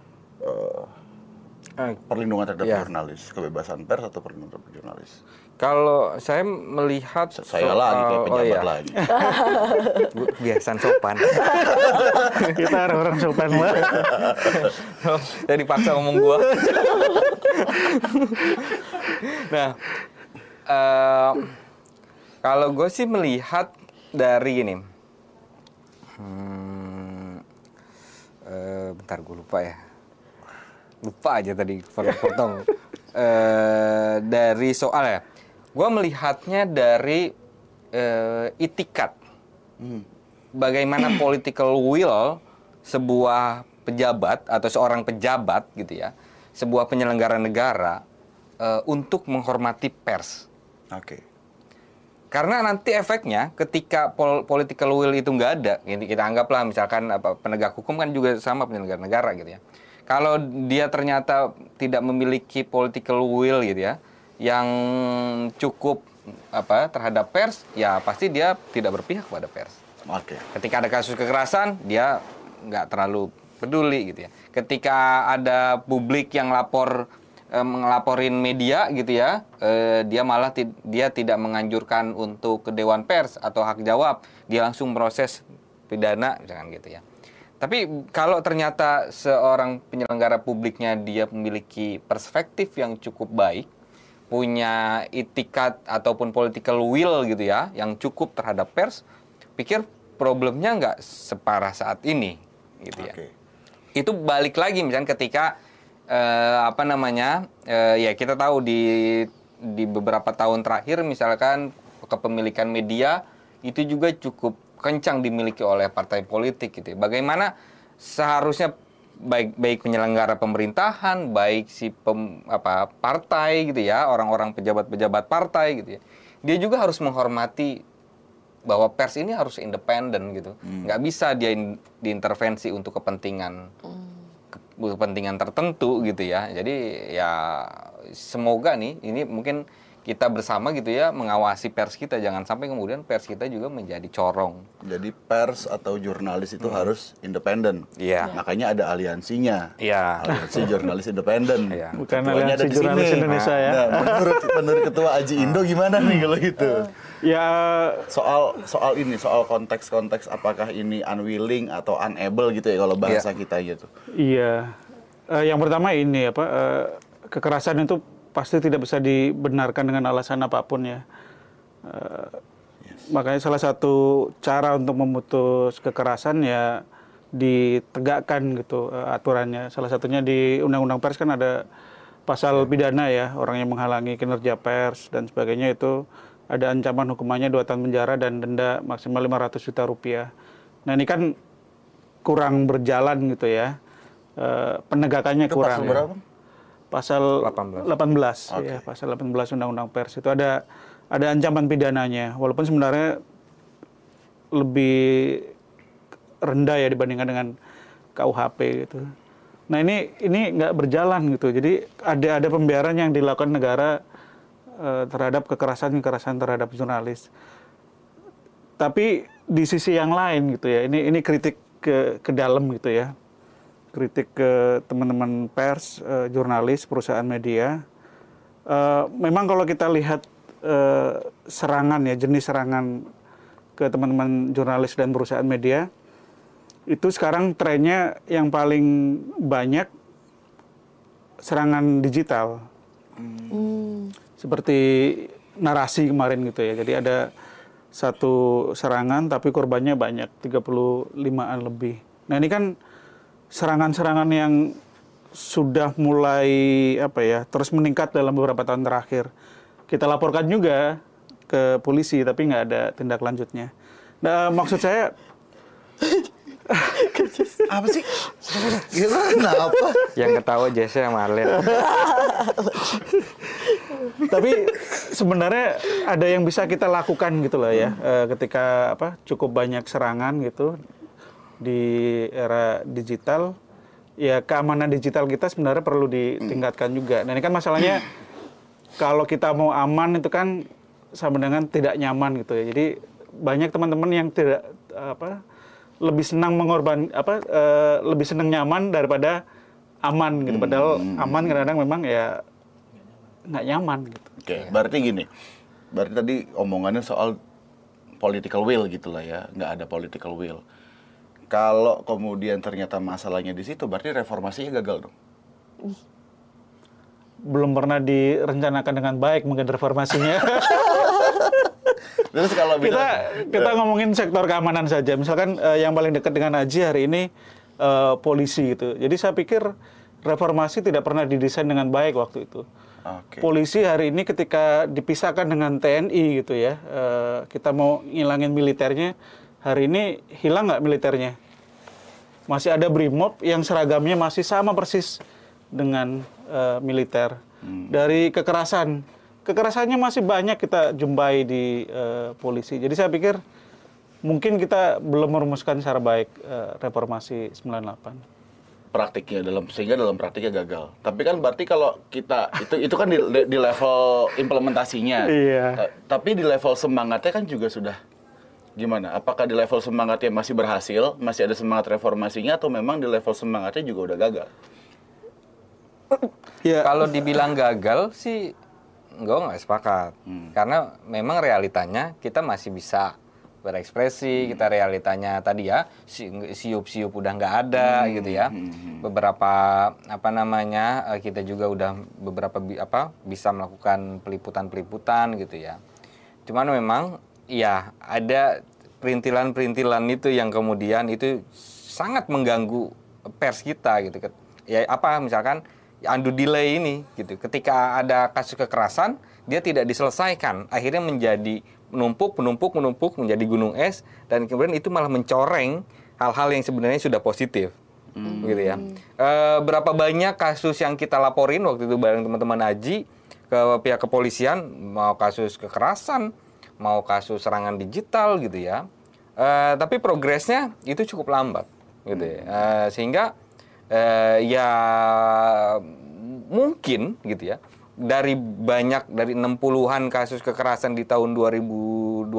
perlindungan terhadap jurnalis, kebebasan pers atau perlindungan terhadap jurnalis? Kalau saya melihat lagi kayak pejabat lagi. Kebiasaan sopan. Kita orang-orang sopan lah. Jadi paksa ngomong gua. Nah, kalau gue sih melihat dari ini. Bentar, gue lupa ya. Lupa aja tadi potong. Dari soal ya. Gue melihatnya dari itikat. Bagaimana political will sebuah pejabat atau seorang pejabat gitu ya, sebuah penyelenggara negara untuk menghormati pers. Oke. Karena nanti efeknya ketika political will itu nggak ada, kita anggaplah misalkan penegak hukum kan juga sama penyelenggara negara gitu ya. Kalau dia ternyata tidak memiliki political will gitu ya, yang cukup terhadap pers, ya pasti dia tidak berpihak pada pers. Oke. Ketika ada kasus kekerasan, dia nggak terlalu peduli gitu ya. Ketika ada publik yang ngelaporin media gitu ya, dia malah dia tidak menganjurkan untuk ke Dewan Pers atau hak jawab, dia langsung proses pidana misalkan gitu ya. Tapi kalau ternyata seorang penyelenggara publiknya dia memiliki perspektif yang cukup baik, punya itikat ataupun political will gitu ya, yang cukup terhadap pers, pikir problemnya nggak separah saat ini gitu ya. Itu balik lagi misalnya ketika ya kita tahu di beberapa tahun terakhir misalkan kepemilikan media itu juga cukup kencang dimiliki oleh partai politik gitu ya. Bagaimana seharusnya baik penyelenggara pemerintahan, baik partai gitu ya, orang-orang pejabat-pejabat partai gitu ya. Dia juga harus menghormati bahwa pers ini harus independen gitu. Nggak bisa dia diintervensi untuk kepentingan tertentu gitu ya. Jadi ya semoga nih ini mungkin kita bersama gitu ya mengawasi pers kita, jangan sampai kemudian pers kita juga menjadi corong. Jadi pers atau jurnalis itu harus independen. Iya. Makanya ada aliansinya. Iya. Aliansi Jurnalis Independen. Iya. Bukan Ketuanya Aliansi Jurnalis Indonesia ya. Nah, menurut Ketua Aji Indo gimana nih kalau gitu? Ya, soal konteks apakah ini unwilling atau unable gitu ya kalau bahasa kita gitu. iya. Yang pertama ini kekerasan itu pasti tidak bisa dibenarkan dengan alasan apapun ya. Makanya salah satu cara untuk memutus kekerasan ya ditegakkan gitu aturannya. Salah satunya di Undang-Undang Pers kan ada pasal pidana ya, orang yang menghalangi kinerja pers dan sebagainya itu ada ancaman hukumannya 2 tahun penjara dan denda maksimal 500 juta rupiah. Nah ini kan kurang berjalan gitu ya. Penegakannya Itu kurang. pasal berapa? Pasal 18 ya, pasal 18 Undang-Undang Pers itu ada ancaman pidananya, walaupun sebenarnya lebih rendah ya dibandingkan dengan KUHP gitu. Nah ini nggak berjalan gitu, jadi ada pembiaran yang dilakukan negara terhadap kekerasan terhadap jurnalis. Tapi di sisi yang lain gitu ya, ini kritik ke dalam gitu ya. Kritik ke teman-teman pers, jurnalis, perusahaan media. Memang kalau kita lihat serangan ya, jenis serangan ke teman-teman jurnalis dan perusahaan media, itu sekarang trennya yang paling banyak serangan digital. Seperti narasi kemarin gitu ya. Jadi ada satu serangan tapi korbannya banyak, 35-an lebih. Nah ini kan serangan-serangan yang sudah mulai terus meningkat dalam beberapa tahun terakhir. Kita laporkan juga ke polisi tapi nggak ada tindak lanjutnya. Nah, maksud saya Apa sih? Gimana apa? Yang ketawa Jesse sama Arlen. Tapi sebenarnya ada yang bisa kita lakukan gitu loh ya, ketika cukup banyak serangan gitu di era digital, ya keamanan digital kita sebenarnya perlu ditingkatkan juga. Nah ini kan masalahnya kalau kita mau aman itu kan sama dengan tidak nyaman gitu ya. Jadi banyak teman-teman yang tidak lebih senang lebih senang nyaman daripada aman gitu. Padahal aman kadang-kadang memang ya nggak nyaman gitu. Oke, berarti gini. Berarti tadi omongannya soal political will gitulah ya, nggak ada political will. Kalau kemudian ternyata masalahnya di situ, berarti reformasinya gagal dong. Belum pernah direncanakan dengan baik mungkin reformasinya. Terus kalau kita ngomongin sektor keamanan saja. Misalkan yang paling dekat dengan Aji hari ini polisi gitu. Jadi saya pikir reformasi tidak pernah didesain dengan baik waktu itu. Okay. Polisi hari ini ketika dipisahkan dengan TNI gitu ya, kita mau ngilangin militernya, hari ini hilang nggak militernya? Masih ada BRIMOB yang seragamnya masih sama persis dengan militer. Dari kekerasannya masih banyak kita jumpai di polisi. Jadi saya pikir mungkin kita belum merumuskan secara baik reformasi 98. Praktiknya sehingga dalam praktiknya gagal. Tapi kan berarti kalau kita itu kan di level implementasinya. Iya. Tapi di level semangatnya kan juga sudah Gimana? Apakah di level semangatnya masih berhasil, masih ada semangat reformasinya, atau memang di level semangatnya juga udah gagal? Ya, Kalau dibilang gagal sih, gue nggak sepakat. Karena memang realitanya kita masih bisa berekspresi, kita realitanya tadi ya siup-siup udah nggak ada gitu ya. Beberapa kita juga udah beberapa bisa melakukan peliputan-peliputan gitu ya. Cuman memang ya ada perintilan-perintilan itu yang kemudian itu sangat mengganggu pers kita gitu. Ya misalkan undue delay ini gitu. Ketika ada kasus kekerasan, dia tidak diselesaikan, akhirnya menjadi menumpuk menjadi gunung es, dan kemudian itu malah mencoreng hal-hal yang sebenarnya sudah positif. Gitu ya. Berapa banyak kasus yang kita laporin waktu itu bareng teman-teman Aji ke pihak kepolisian, mau kasus kekerasan, mau kasus serangan digital gitu ya. Tapi progresnya itu cukup lambat gitu ya. Sehingga ya mungkin gitu ya, dari 60-an kasus kekerasan di tahun 2022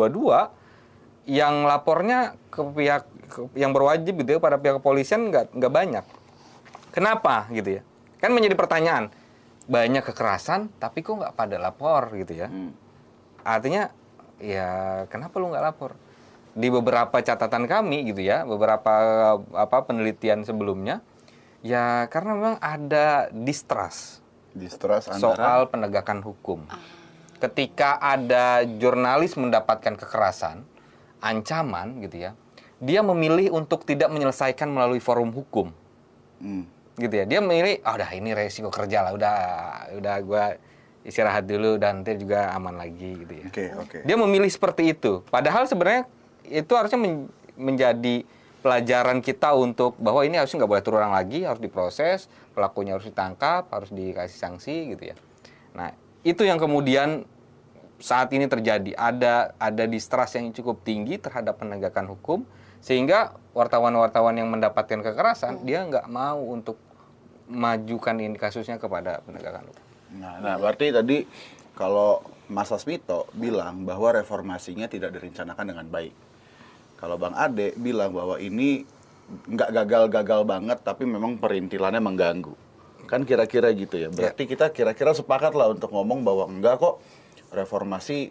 yang lapornya ke pihak yang berwajib gitu ya, pada pihak kepolisian nggak banyak. Kenapa gitu ya? Kan menjadi pertanyaan, banyak kekerasan tapi kok nggak pada lapor gitu ya. Artinya ya kenapa lu nggak lapor? Di beberapa catatan kami gitu ya, beberapa penelitian sebelumnya, ya karena memang ada distrust soal penegakan hukum. Ketika ada jurnalis mendapatkan kekerasan, ancaman gitu ya, dia memilih untuk tidak menyelesaikan melalui forum hukum. Gitu ya. Dia memilih, udah ini resiko kerja lah, udah gue istirahat dulu dan nanti juga aman lagi gitu ya. Oke. Dia memilih seperti itu. Padahal sebenarnya itu harusnya menjadi pelajaran kita untuk bahwa ini harusnya nggak boleh terulang lagi, harus diproses, pelakunya harus ditangkap, harus dikasih sanksi gitu ya. Nah, itu yang kemudian saat ini terjadi, ada distrust yang cukup tinggi terhadap penegakan hukum, sehingga wartawan-wartawan yang mendapatkan kekerasan dia nggak mau untuk majukan ini kasusnya kepada penegakan hukum. Nah, berarti tadi kalau Mas Asmito bilang bahwa reformasinya tidak direncanakan dengan baik. Kalau Bang Ade bilang bahwa ini nggak gagal-gagal banget, tapi memang perintilannya mengganggu. Kan kira-kira gitu ya. Berarti kita kira-kira sepakat lah untuk ngomong bahwa enggak kok, reformasi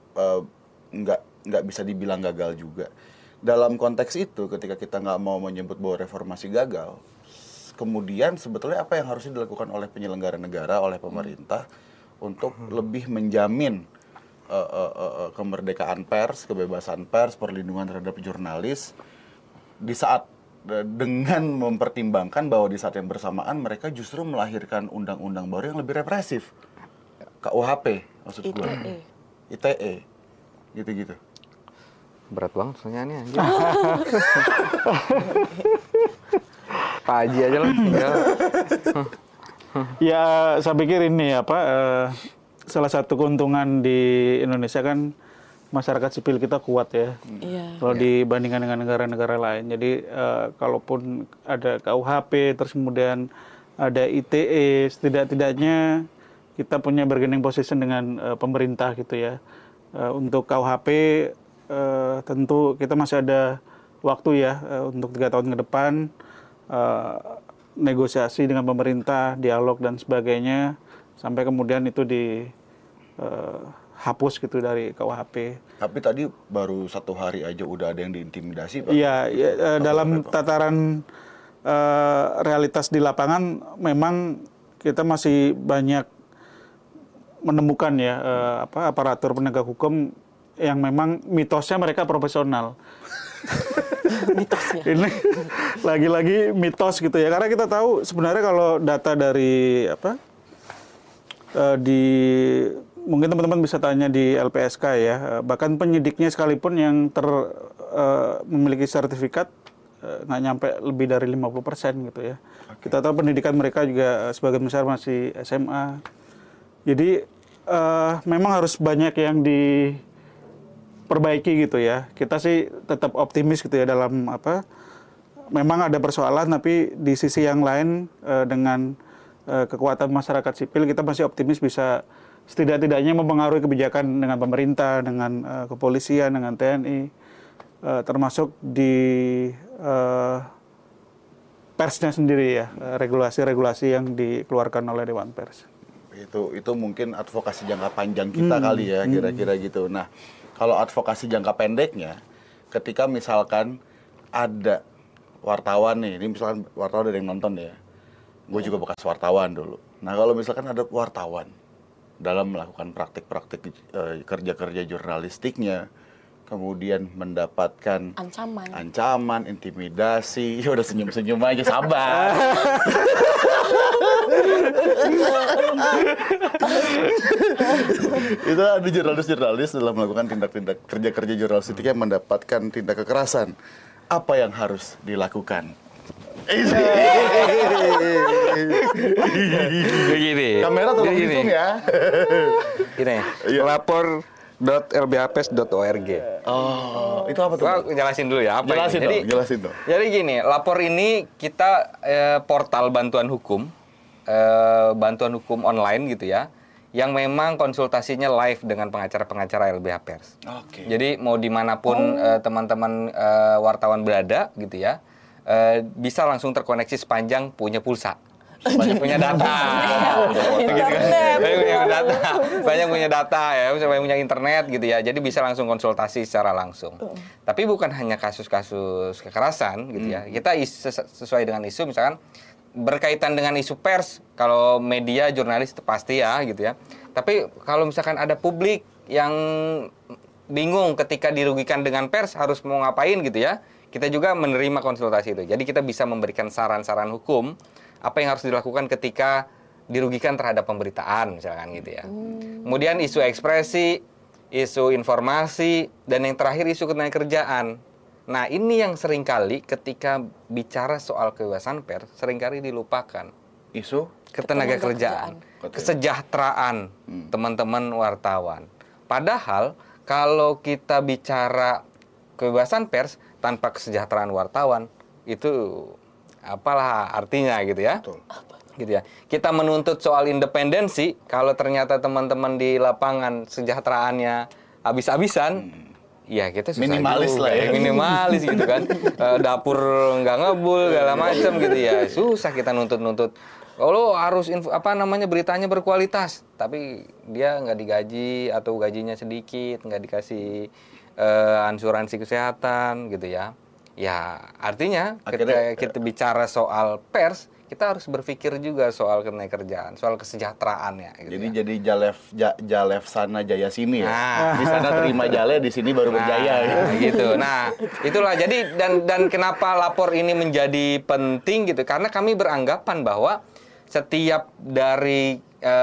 nggak bisa dibilang gagal juga. Dalam konteks itu, ketika kita nggak mau menyebut bahwa reformasi gagal, kemudian sebetulnya apa yang harusnya dilakukan oleh penyelenggara negara, oleh pemerintah, untuk lebih menjamin kemerdekaan pers, kebebasan pers, perlindungan terhadap jurnalis di saat dengan mempertimbangkan bahwa di saat yang bersamaan mereka justru melahirkan undang-undang baru yang lebih represif. KUHP maksud gue. ITE. Gitu-gitu. Berat banget pertanyaannya. Pak Haji aja lah. ya saya pikir ini salah satu keuntungan di Indonesia kan masyarakat sipil kita kuat ya. Kalau dibandingkan dengan negara-negara lain. Jadi kalaupun ada KUHP, terus kemudian ada ITE, setidak-tidaknya kita punya bargaining position dengan pemerintah gitu ya. Untuk KUHP tentu kita masih ada waktu ya untuk 3 tahun ke depan, negosiasi dengan pemerintah, dialog dan sebagainya, sampai kemudian itu dihapus gitu dari KUHP. Tapi tadi baru 1 hari aja udah ada yang diintimidasi, Pak. Iya, dalam tataran realitas di lapangan memang kita masih banyak menemukan ya aparatur penegak hukum yang memang mitosnya mereka profesional. Mitosnya. Ini lagi-lagi mitos gitu ya, karena kita tahu sebenarnya kalau data dari mungkin teman-teman bisa tanya di LPSK ya, bahkan penyidiknya sekalipun yang memiliki sertifikat nggak nyampe lebih dari 50% gitu ya. Kita tahu pendidikan mereka juga sebagian besar masih SMA. Jadi memang harus banyak yang diperbaiki gitu ya. Kita sih tetap optimis gitu ya dalam memang ada persoalan, tapi di sisi yang lain dengan kekuatan masyarakat sipil kita masih optimis bisa setidak-tidaknya mempengaruhi kebijakan dengan pemerintah, dengan kepolisian, dengan TNI, termasuk di persnya sendiri ya, regulasi-regulasi yang dikeluarkan oleh Dewan Pers. Itu mungkin advokasi jangka panjang kita kali ya, kira-kira gitu. Nah, kalau advokasi jangka pendeknya, ketika misalkan ada wartawan nih, ini misalkan wartawan ada yang nonton ya, gue juga bekas wartawan dulu. Nah, kalau misalkan ada wartawan dalam melakukan praktik-praktik kerja-kerja jurnalistiknya, kemudian mendapatkan ancaman, intimidasi, ya udah senyum-senyum aja, sabar. Itu ada jurnalis-jurnalis dalam melakukan tindak-tindak kerja-kerja jurnalistik yang mendapatkan tindak kekerasan. Apa yang harus dilakukan? Begini. Kamera tolong Begini. zoom ya. Ini, lapor.lbhpers.org. Oh, itu apa tuh? Gua jelasin dulu ya apa Jelasin ini. dong, jelasin dong. Jadi gini, lapor ini kita portal bantuan hukum online gitu ya, yang memang konsultasinya live dengan pengacara-pengacara LBH Pers. Oke. Jadi mau dimanapun teman-teman wartawan berada gitu ya, bisa langsung terkoneksi sepanjang punya pulsa. Banyak punya data, banyak punya data ya, banyak punya internet gitu ya. Jadi bisa langsung konsultasi secara langsung. Tapi bukan hanya kasus-kasus kekerasan gitu ya. Kita sesuai dengan isu, misalkan berkaitan dengan isu pers, kalau media jurnalis itu pasti ya gitu ya. Tapi kalau misalkan ada publik yang bingung ketika dirugikan dengan pers harus mau ngapain gitu ya, kita juga menerima konsultasi itu. Jadi kita bisa memberikan saran-saran hukum apa yang harus dilakukan ketika dirugikan terhadap pemberitaan misalkan gitu ya. Kemudian isu ekspresi, isu informasi, dan yang terakhir isu ketenagakerjaan. Nah, ini yang seringkali ketika bicara soal kebebasan pers seringkali dilupakan. Isu Ketenagakerjaan, kesejahteraan teman-teman wartawan. Padahal kalau kita bicara kebebasan pers tanpa kesejahteraan wartawan, itu apalah artinya gitu ya. Betul. Gitu ya. Kita menuntut soal independensi, kalau ternyata teman-teman di lapangan sejahteraannya habis-habisan, ya kita susah Minimalis juga, lah ya. minimalis gitu kan. Dapur nggak ngebul segala macam gitu ya. Susah kita nuntut-nuntut. Kalau harus beritanya berkualitas, tapi dia nggak digaji atau gajinya sedikit, nggak dikasih asuransi kesehatan gitu ya. Ya, artinya ketika kita bicara soal pers, kita harus berpikir juga soal ketenagakerjaan, soal kesejahteraannya. Gitu Jadi ya. jadi jalef sana jaya sini ya. Nah. Di sana terima jale, di sini baru berjaya. Gitu. Nah, itulah. Jadi dan kenapa lapor ini menjadi penting gitu? Karena kami beranggapan bahwa setiap dari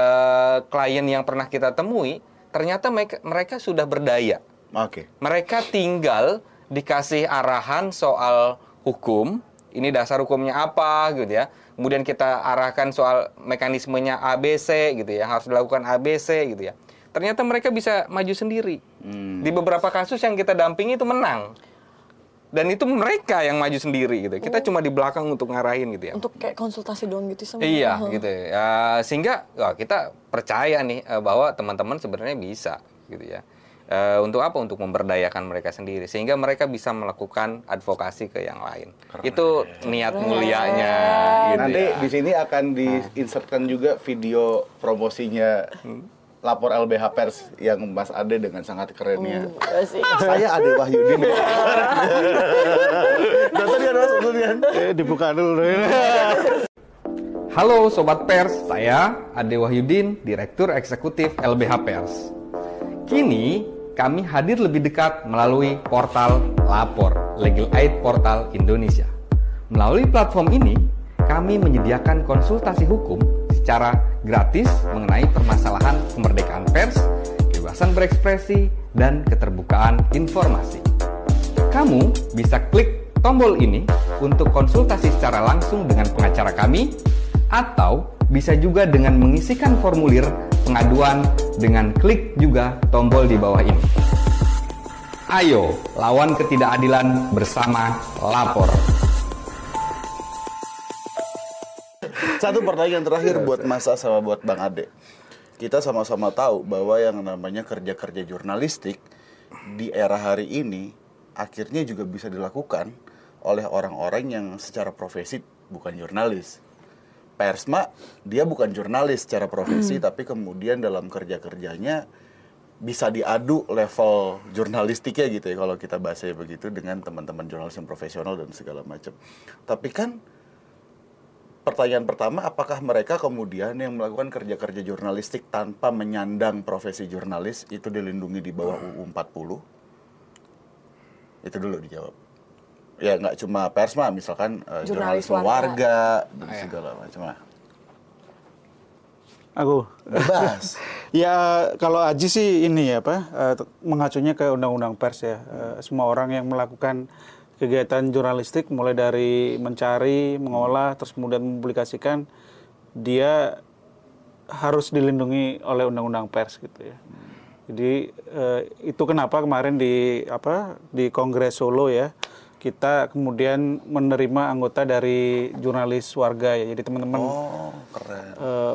klien yang pernah kita temui, ternyata mereka sudah berdaya. Oke. Mereka tinggal dikasih arahan soal hukum, ini dasar hukumnya apa gitu ya. Kemudian kita arahkan soal mekanismenya ABC gitu ya, harus dilakukan ABC gitu ya. Ternyata mereka bisa maju sendiri. Di beberapa kasus yang kita dampingi itu menang. Dan itu mereka yang maju sendiri gitu. Kita cuma di belakang untuk ngarahin gitu ya. Untuk kayak konsultasi doang gitu sama. Iya gitu ya. Sehingga kita percaya nih bahwa teman-teman sebenarnya bisa gitu ya. Untuk apa? Untuk memberdayakan mereka sendiri sehingga mereka bisa melakukan advokasi ke yang lain. Itu niat mulianya gitu. Nanti ya. di sini akan diinsertkan juga video promosinya lapor LBH Pers yang Mas Ade dengan sangat kerennya. Saya Ade Wahyudin. Nonton kan Mas, nonton. Dibuka dulu. Halo Sobat Pers, saya Ade Wahyudin, Direktur Eksekutif LBH Pers. Kini kami hadir lebih dekat melalui portal Lapor, Legal Aid Portal Indonesia. Melalui platform ini, kami menyediakan konsultasi hukum secara gratis mengenai permasalahan kemerdekaan pers, kebebasan berekspresi, dan keterbukaan informasi. Kamu bisa klik tombol ini untuk konsultasi secara langsung dengan pengacara kami, atau bisa juga dengan mengisikan formulir pengaduan dengan klik juga tombol di bawah ini. Ayo, lawan ketidakadilan bersama Lapor. Satu pertanyaan terakhir buat Mas As sama buat Bang Ade. Kita sama-sama tahu bahwa yang namanya kerja-kerja jurnalistik di era hari ini akhirnya juga bisa dilakukan oleh orang-orang yang secara profesi bukan jurnalis. Persma, dia bukan jurnalis secara profesi, tapi kemudian dalam kerja-kerjanya bisa diadu level jurnalistiknya gitu ya, kalau kita bahasanya begitu, dengan teman-teman jurnalis yang profesional dan segala macam. Tapi kan pertanyaan pertama, apakah mereka kemudian yang melakukan kerja-kerja jurnalistik tanpa menyandang profesi jurnalis itu dilindungi di bawah UU 40? Itu dulu dijawab. Ya nggak cuma Persma, misalkan Jurnalis jurnalisme warga dan iya. segala macam. Aku. Bebas. Ya kalau Aji sih ini ya mengacunya ke undang-undang pers ya. Semua orang yang melakukan kegiatan jurnalistik mulai dari mencari, mengolah, terus kemudian mempublikasikan, dia harus dilindungi oleh undang-undang pers gitu ya. Jadi itu kenapa kemarin di Kongres Solo ya, kita kemudian menerima anggota dari jurnalis warga ya. Jadi teman-teman Keren.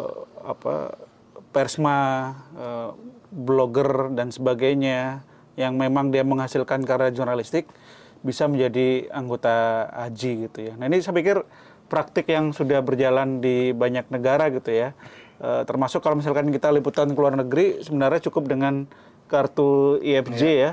Persma, blogger dan sebagainya yang memang dia menghasilkan karya jurnalistik bisa menjadi anggota AJI gitu ya. Nah ini saya pikir praktik yang sudah berjalan di banyak negara gitu ya. Termasuk kalau misalkan kita liputan ke luar negeri, sebenarnya cukup dengan kartu IFJ ya,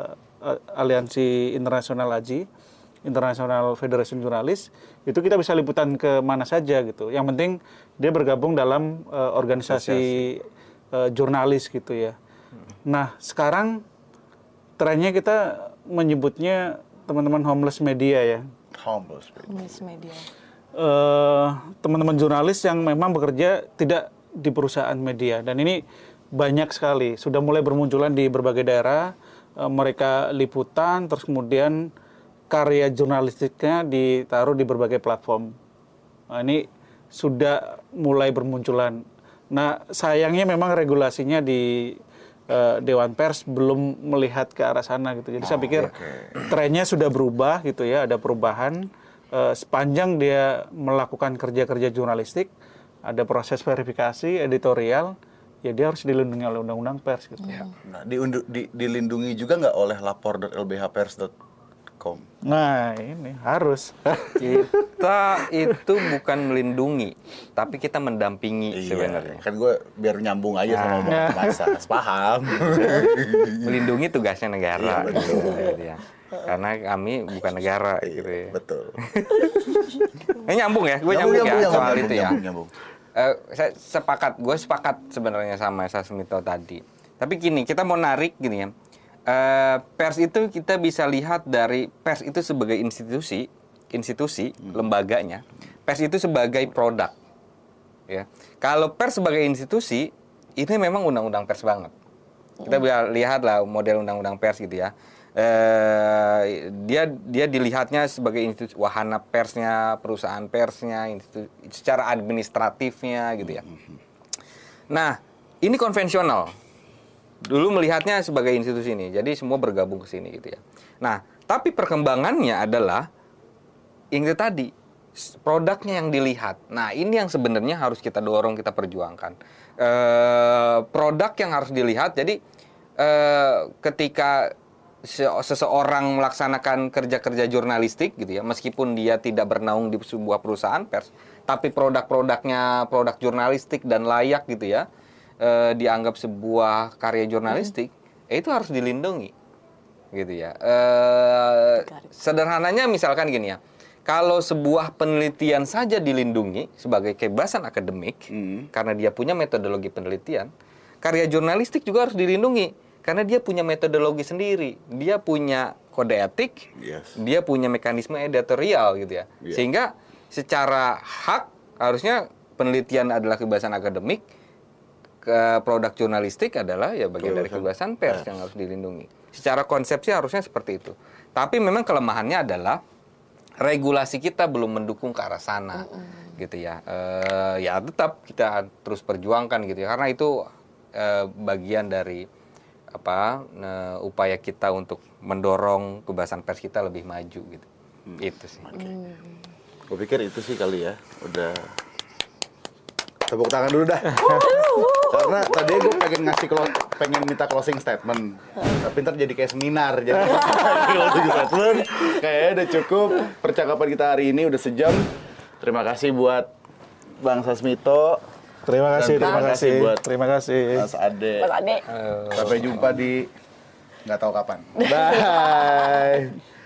Aliansi Internasional AJI, International Federation Journalist, itu kita bisa liputan ke mana saja gitu. Yang penting dia bergabung dalam organisasi jurnalis gitu ya. Nah sekarang trennya kita menyebutnya teman-teman homeless media ya. Homeless media. Teman-teman jurnalis yang memang bekerja tidak di perusahaan media, dan ini banyak sekali, sudah mulai bermunculan di berbagai daerah. Mereka liputan, terus kemudian karya jurnalistiknya ditaruh di berbagai platform. Nah, ini sudah mulai bermunculan. Nah sayangnya memang regulasinya di Dewan Pers belum melihat ke arah sana gitu. Jadi saya pikir trennya sudah berubah gitu ya, ada perubahan. Sepanjang dia melakukan kerja-kerja jurnalistik, ada proses verifikasi editorial, ya dia harus dilindungi oleh undang-undang pers gitu. Ya. Nah, dilindungi juga nggak oleh lapor.lbhpers.com? Nah ini harus. Kita itu bukan melindungi, tapi kita mendampingi sebenarnya. Kan gue biar nyambung aja sama Mas paham. Melindungi tugasnya negara. Iya, betul. Gitu ya. Karena kami bukan negara gitu ya. Betul. Ini nyambung ya, gue nyambung soal itu ya. Nyambung. Gue sepakat sebenarnya sama Sasmito tadi. Tapi gini, kita mau narik gini ya. Pers itu kita bisa lihat dari pers itu sebagai institusi lembaganya. Pers itu sebagai produk. Ya. Kalau pers sebagai institusi, ini memang undang-undang pers banget. Kita bisa lihat lah model undang-undang pers gitu ya. Dia dilihatnya sebagai institusi, wahana persnya, perusahaan persnya, secara administratifnya gitu ya. Nah, ini konvensional. Dulu melihatnya sebagai institusi ini, jadi semua bergabung ke sini gitu ya. Nah, tapi perkembangannya adalah yang itu tadi, produknya yang dilihat. Nah, ini yang sebenarnya harus kita dorong, kita perjuangkan. Produk yang harus dilihat. Jadi ketika seseorang melaksanakan kerja-kerja jurnalistik gitu ya, meskipun dia tidak bernaung di sebuah perusahaan pers, tapi produk-produknya produk jurnalistik dan layak gitu ya, dianggap sebuah karya jurnalistik, itu harus dilindungi gitu ya. Sederhananya misalkan gini ya, kalau sebuah penelitian saja dilindungi sebagai kebebasan akademik karena dia punya metodologi penelitian, karya jurnalistik juga harus dilindungi karena dia punya metodologi sendiri, dia punya kode etik, dia punya mekanisme editorial gitu ya. Sehingga secara hak harusnya penelitian adalah kebebasan akademik, produk jurnalistik adalah ya bagian dari kebebasan pers yang harus dilindungi. Secara konsepsi harusnya seperti itu. Tapi memang kelemahannya adalah regulasi kita belum mendukung ke arah sana, gitu ya. Ya tetap kita terus perjuangkan gitu ya, karena itu bagian dari upaya kita untuk mendorong kebebasan pers kita lebih maju gitu. Itu sih. Gue pikir itu sih kali ya, udah Tepuk tangan dulu dah. Karena tadi gue pengen minta closing statement. Tapi ntar jadi kayak seminar. Jadi closing statement kayaknya udah cukup. Percakapan kita hari ini udah sejam. Terima kasih buat Bang Sasmito. Terima kasih, Dan terima kasih. Mas Ade. Mas Ade. Sampai jumpa di nggak tahu kapan. Bye.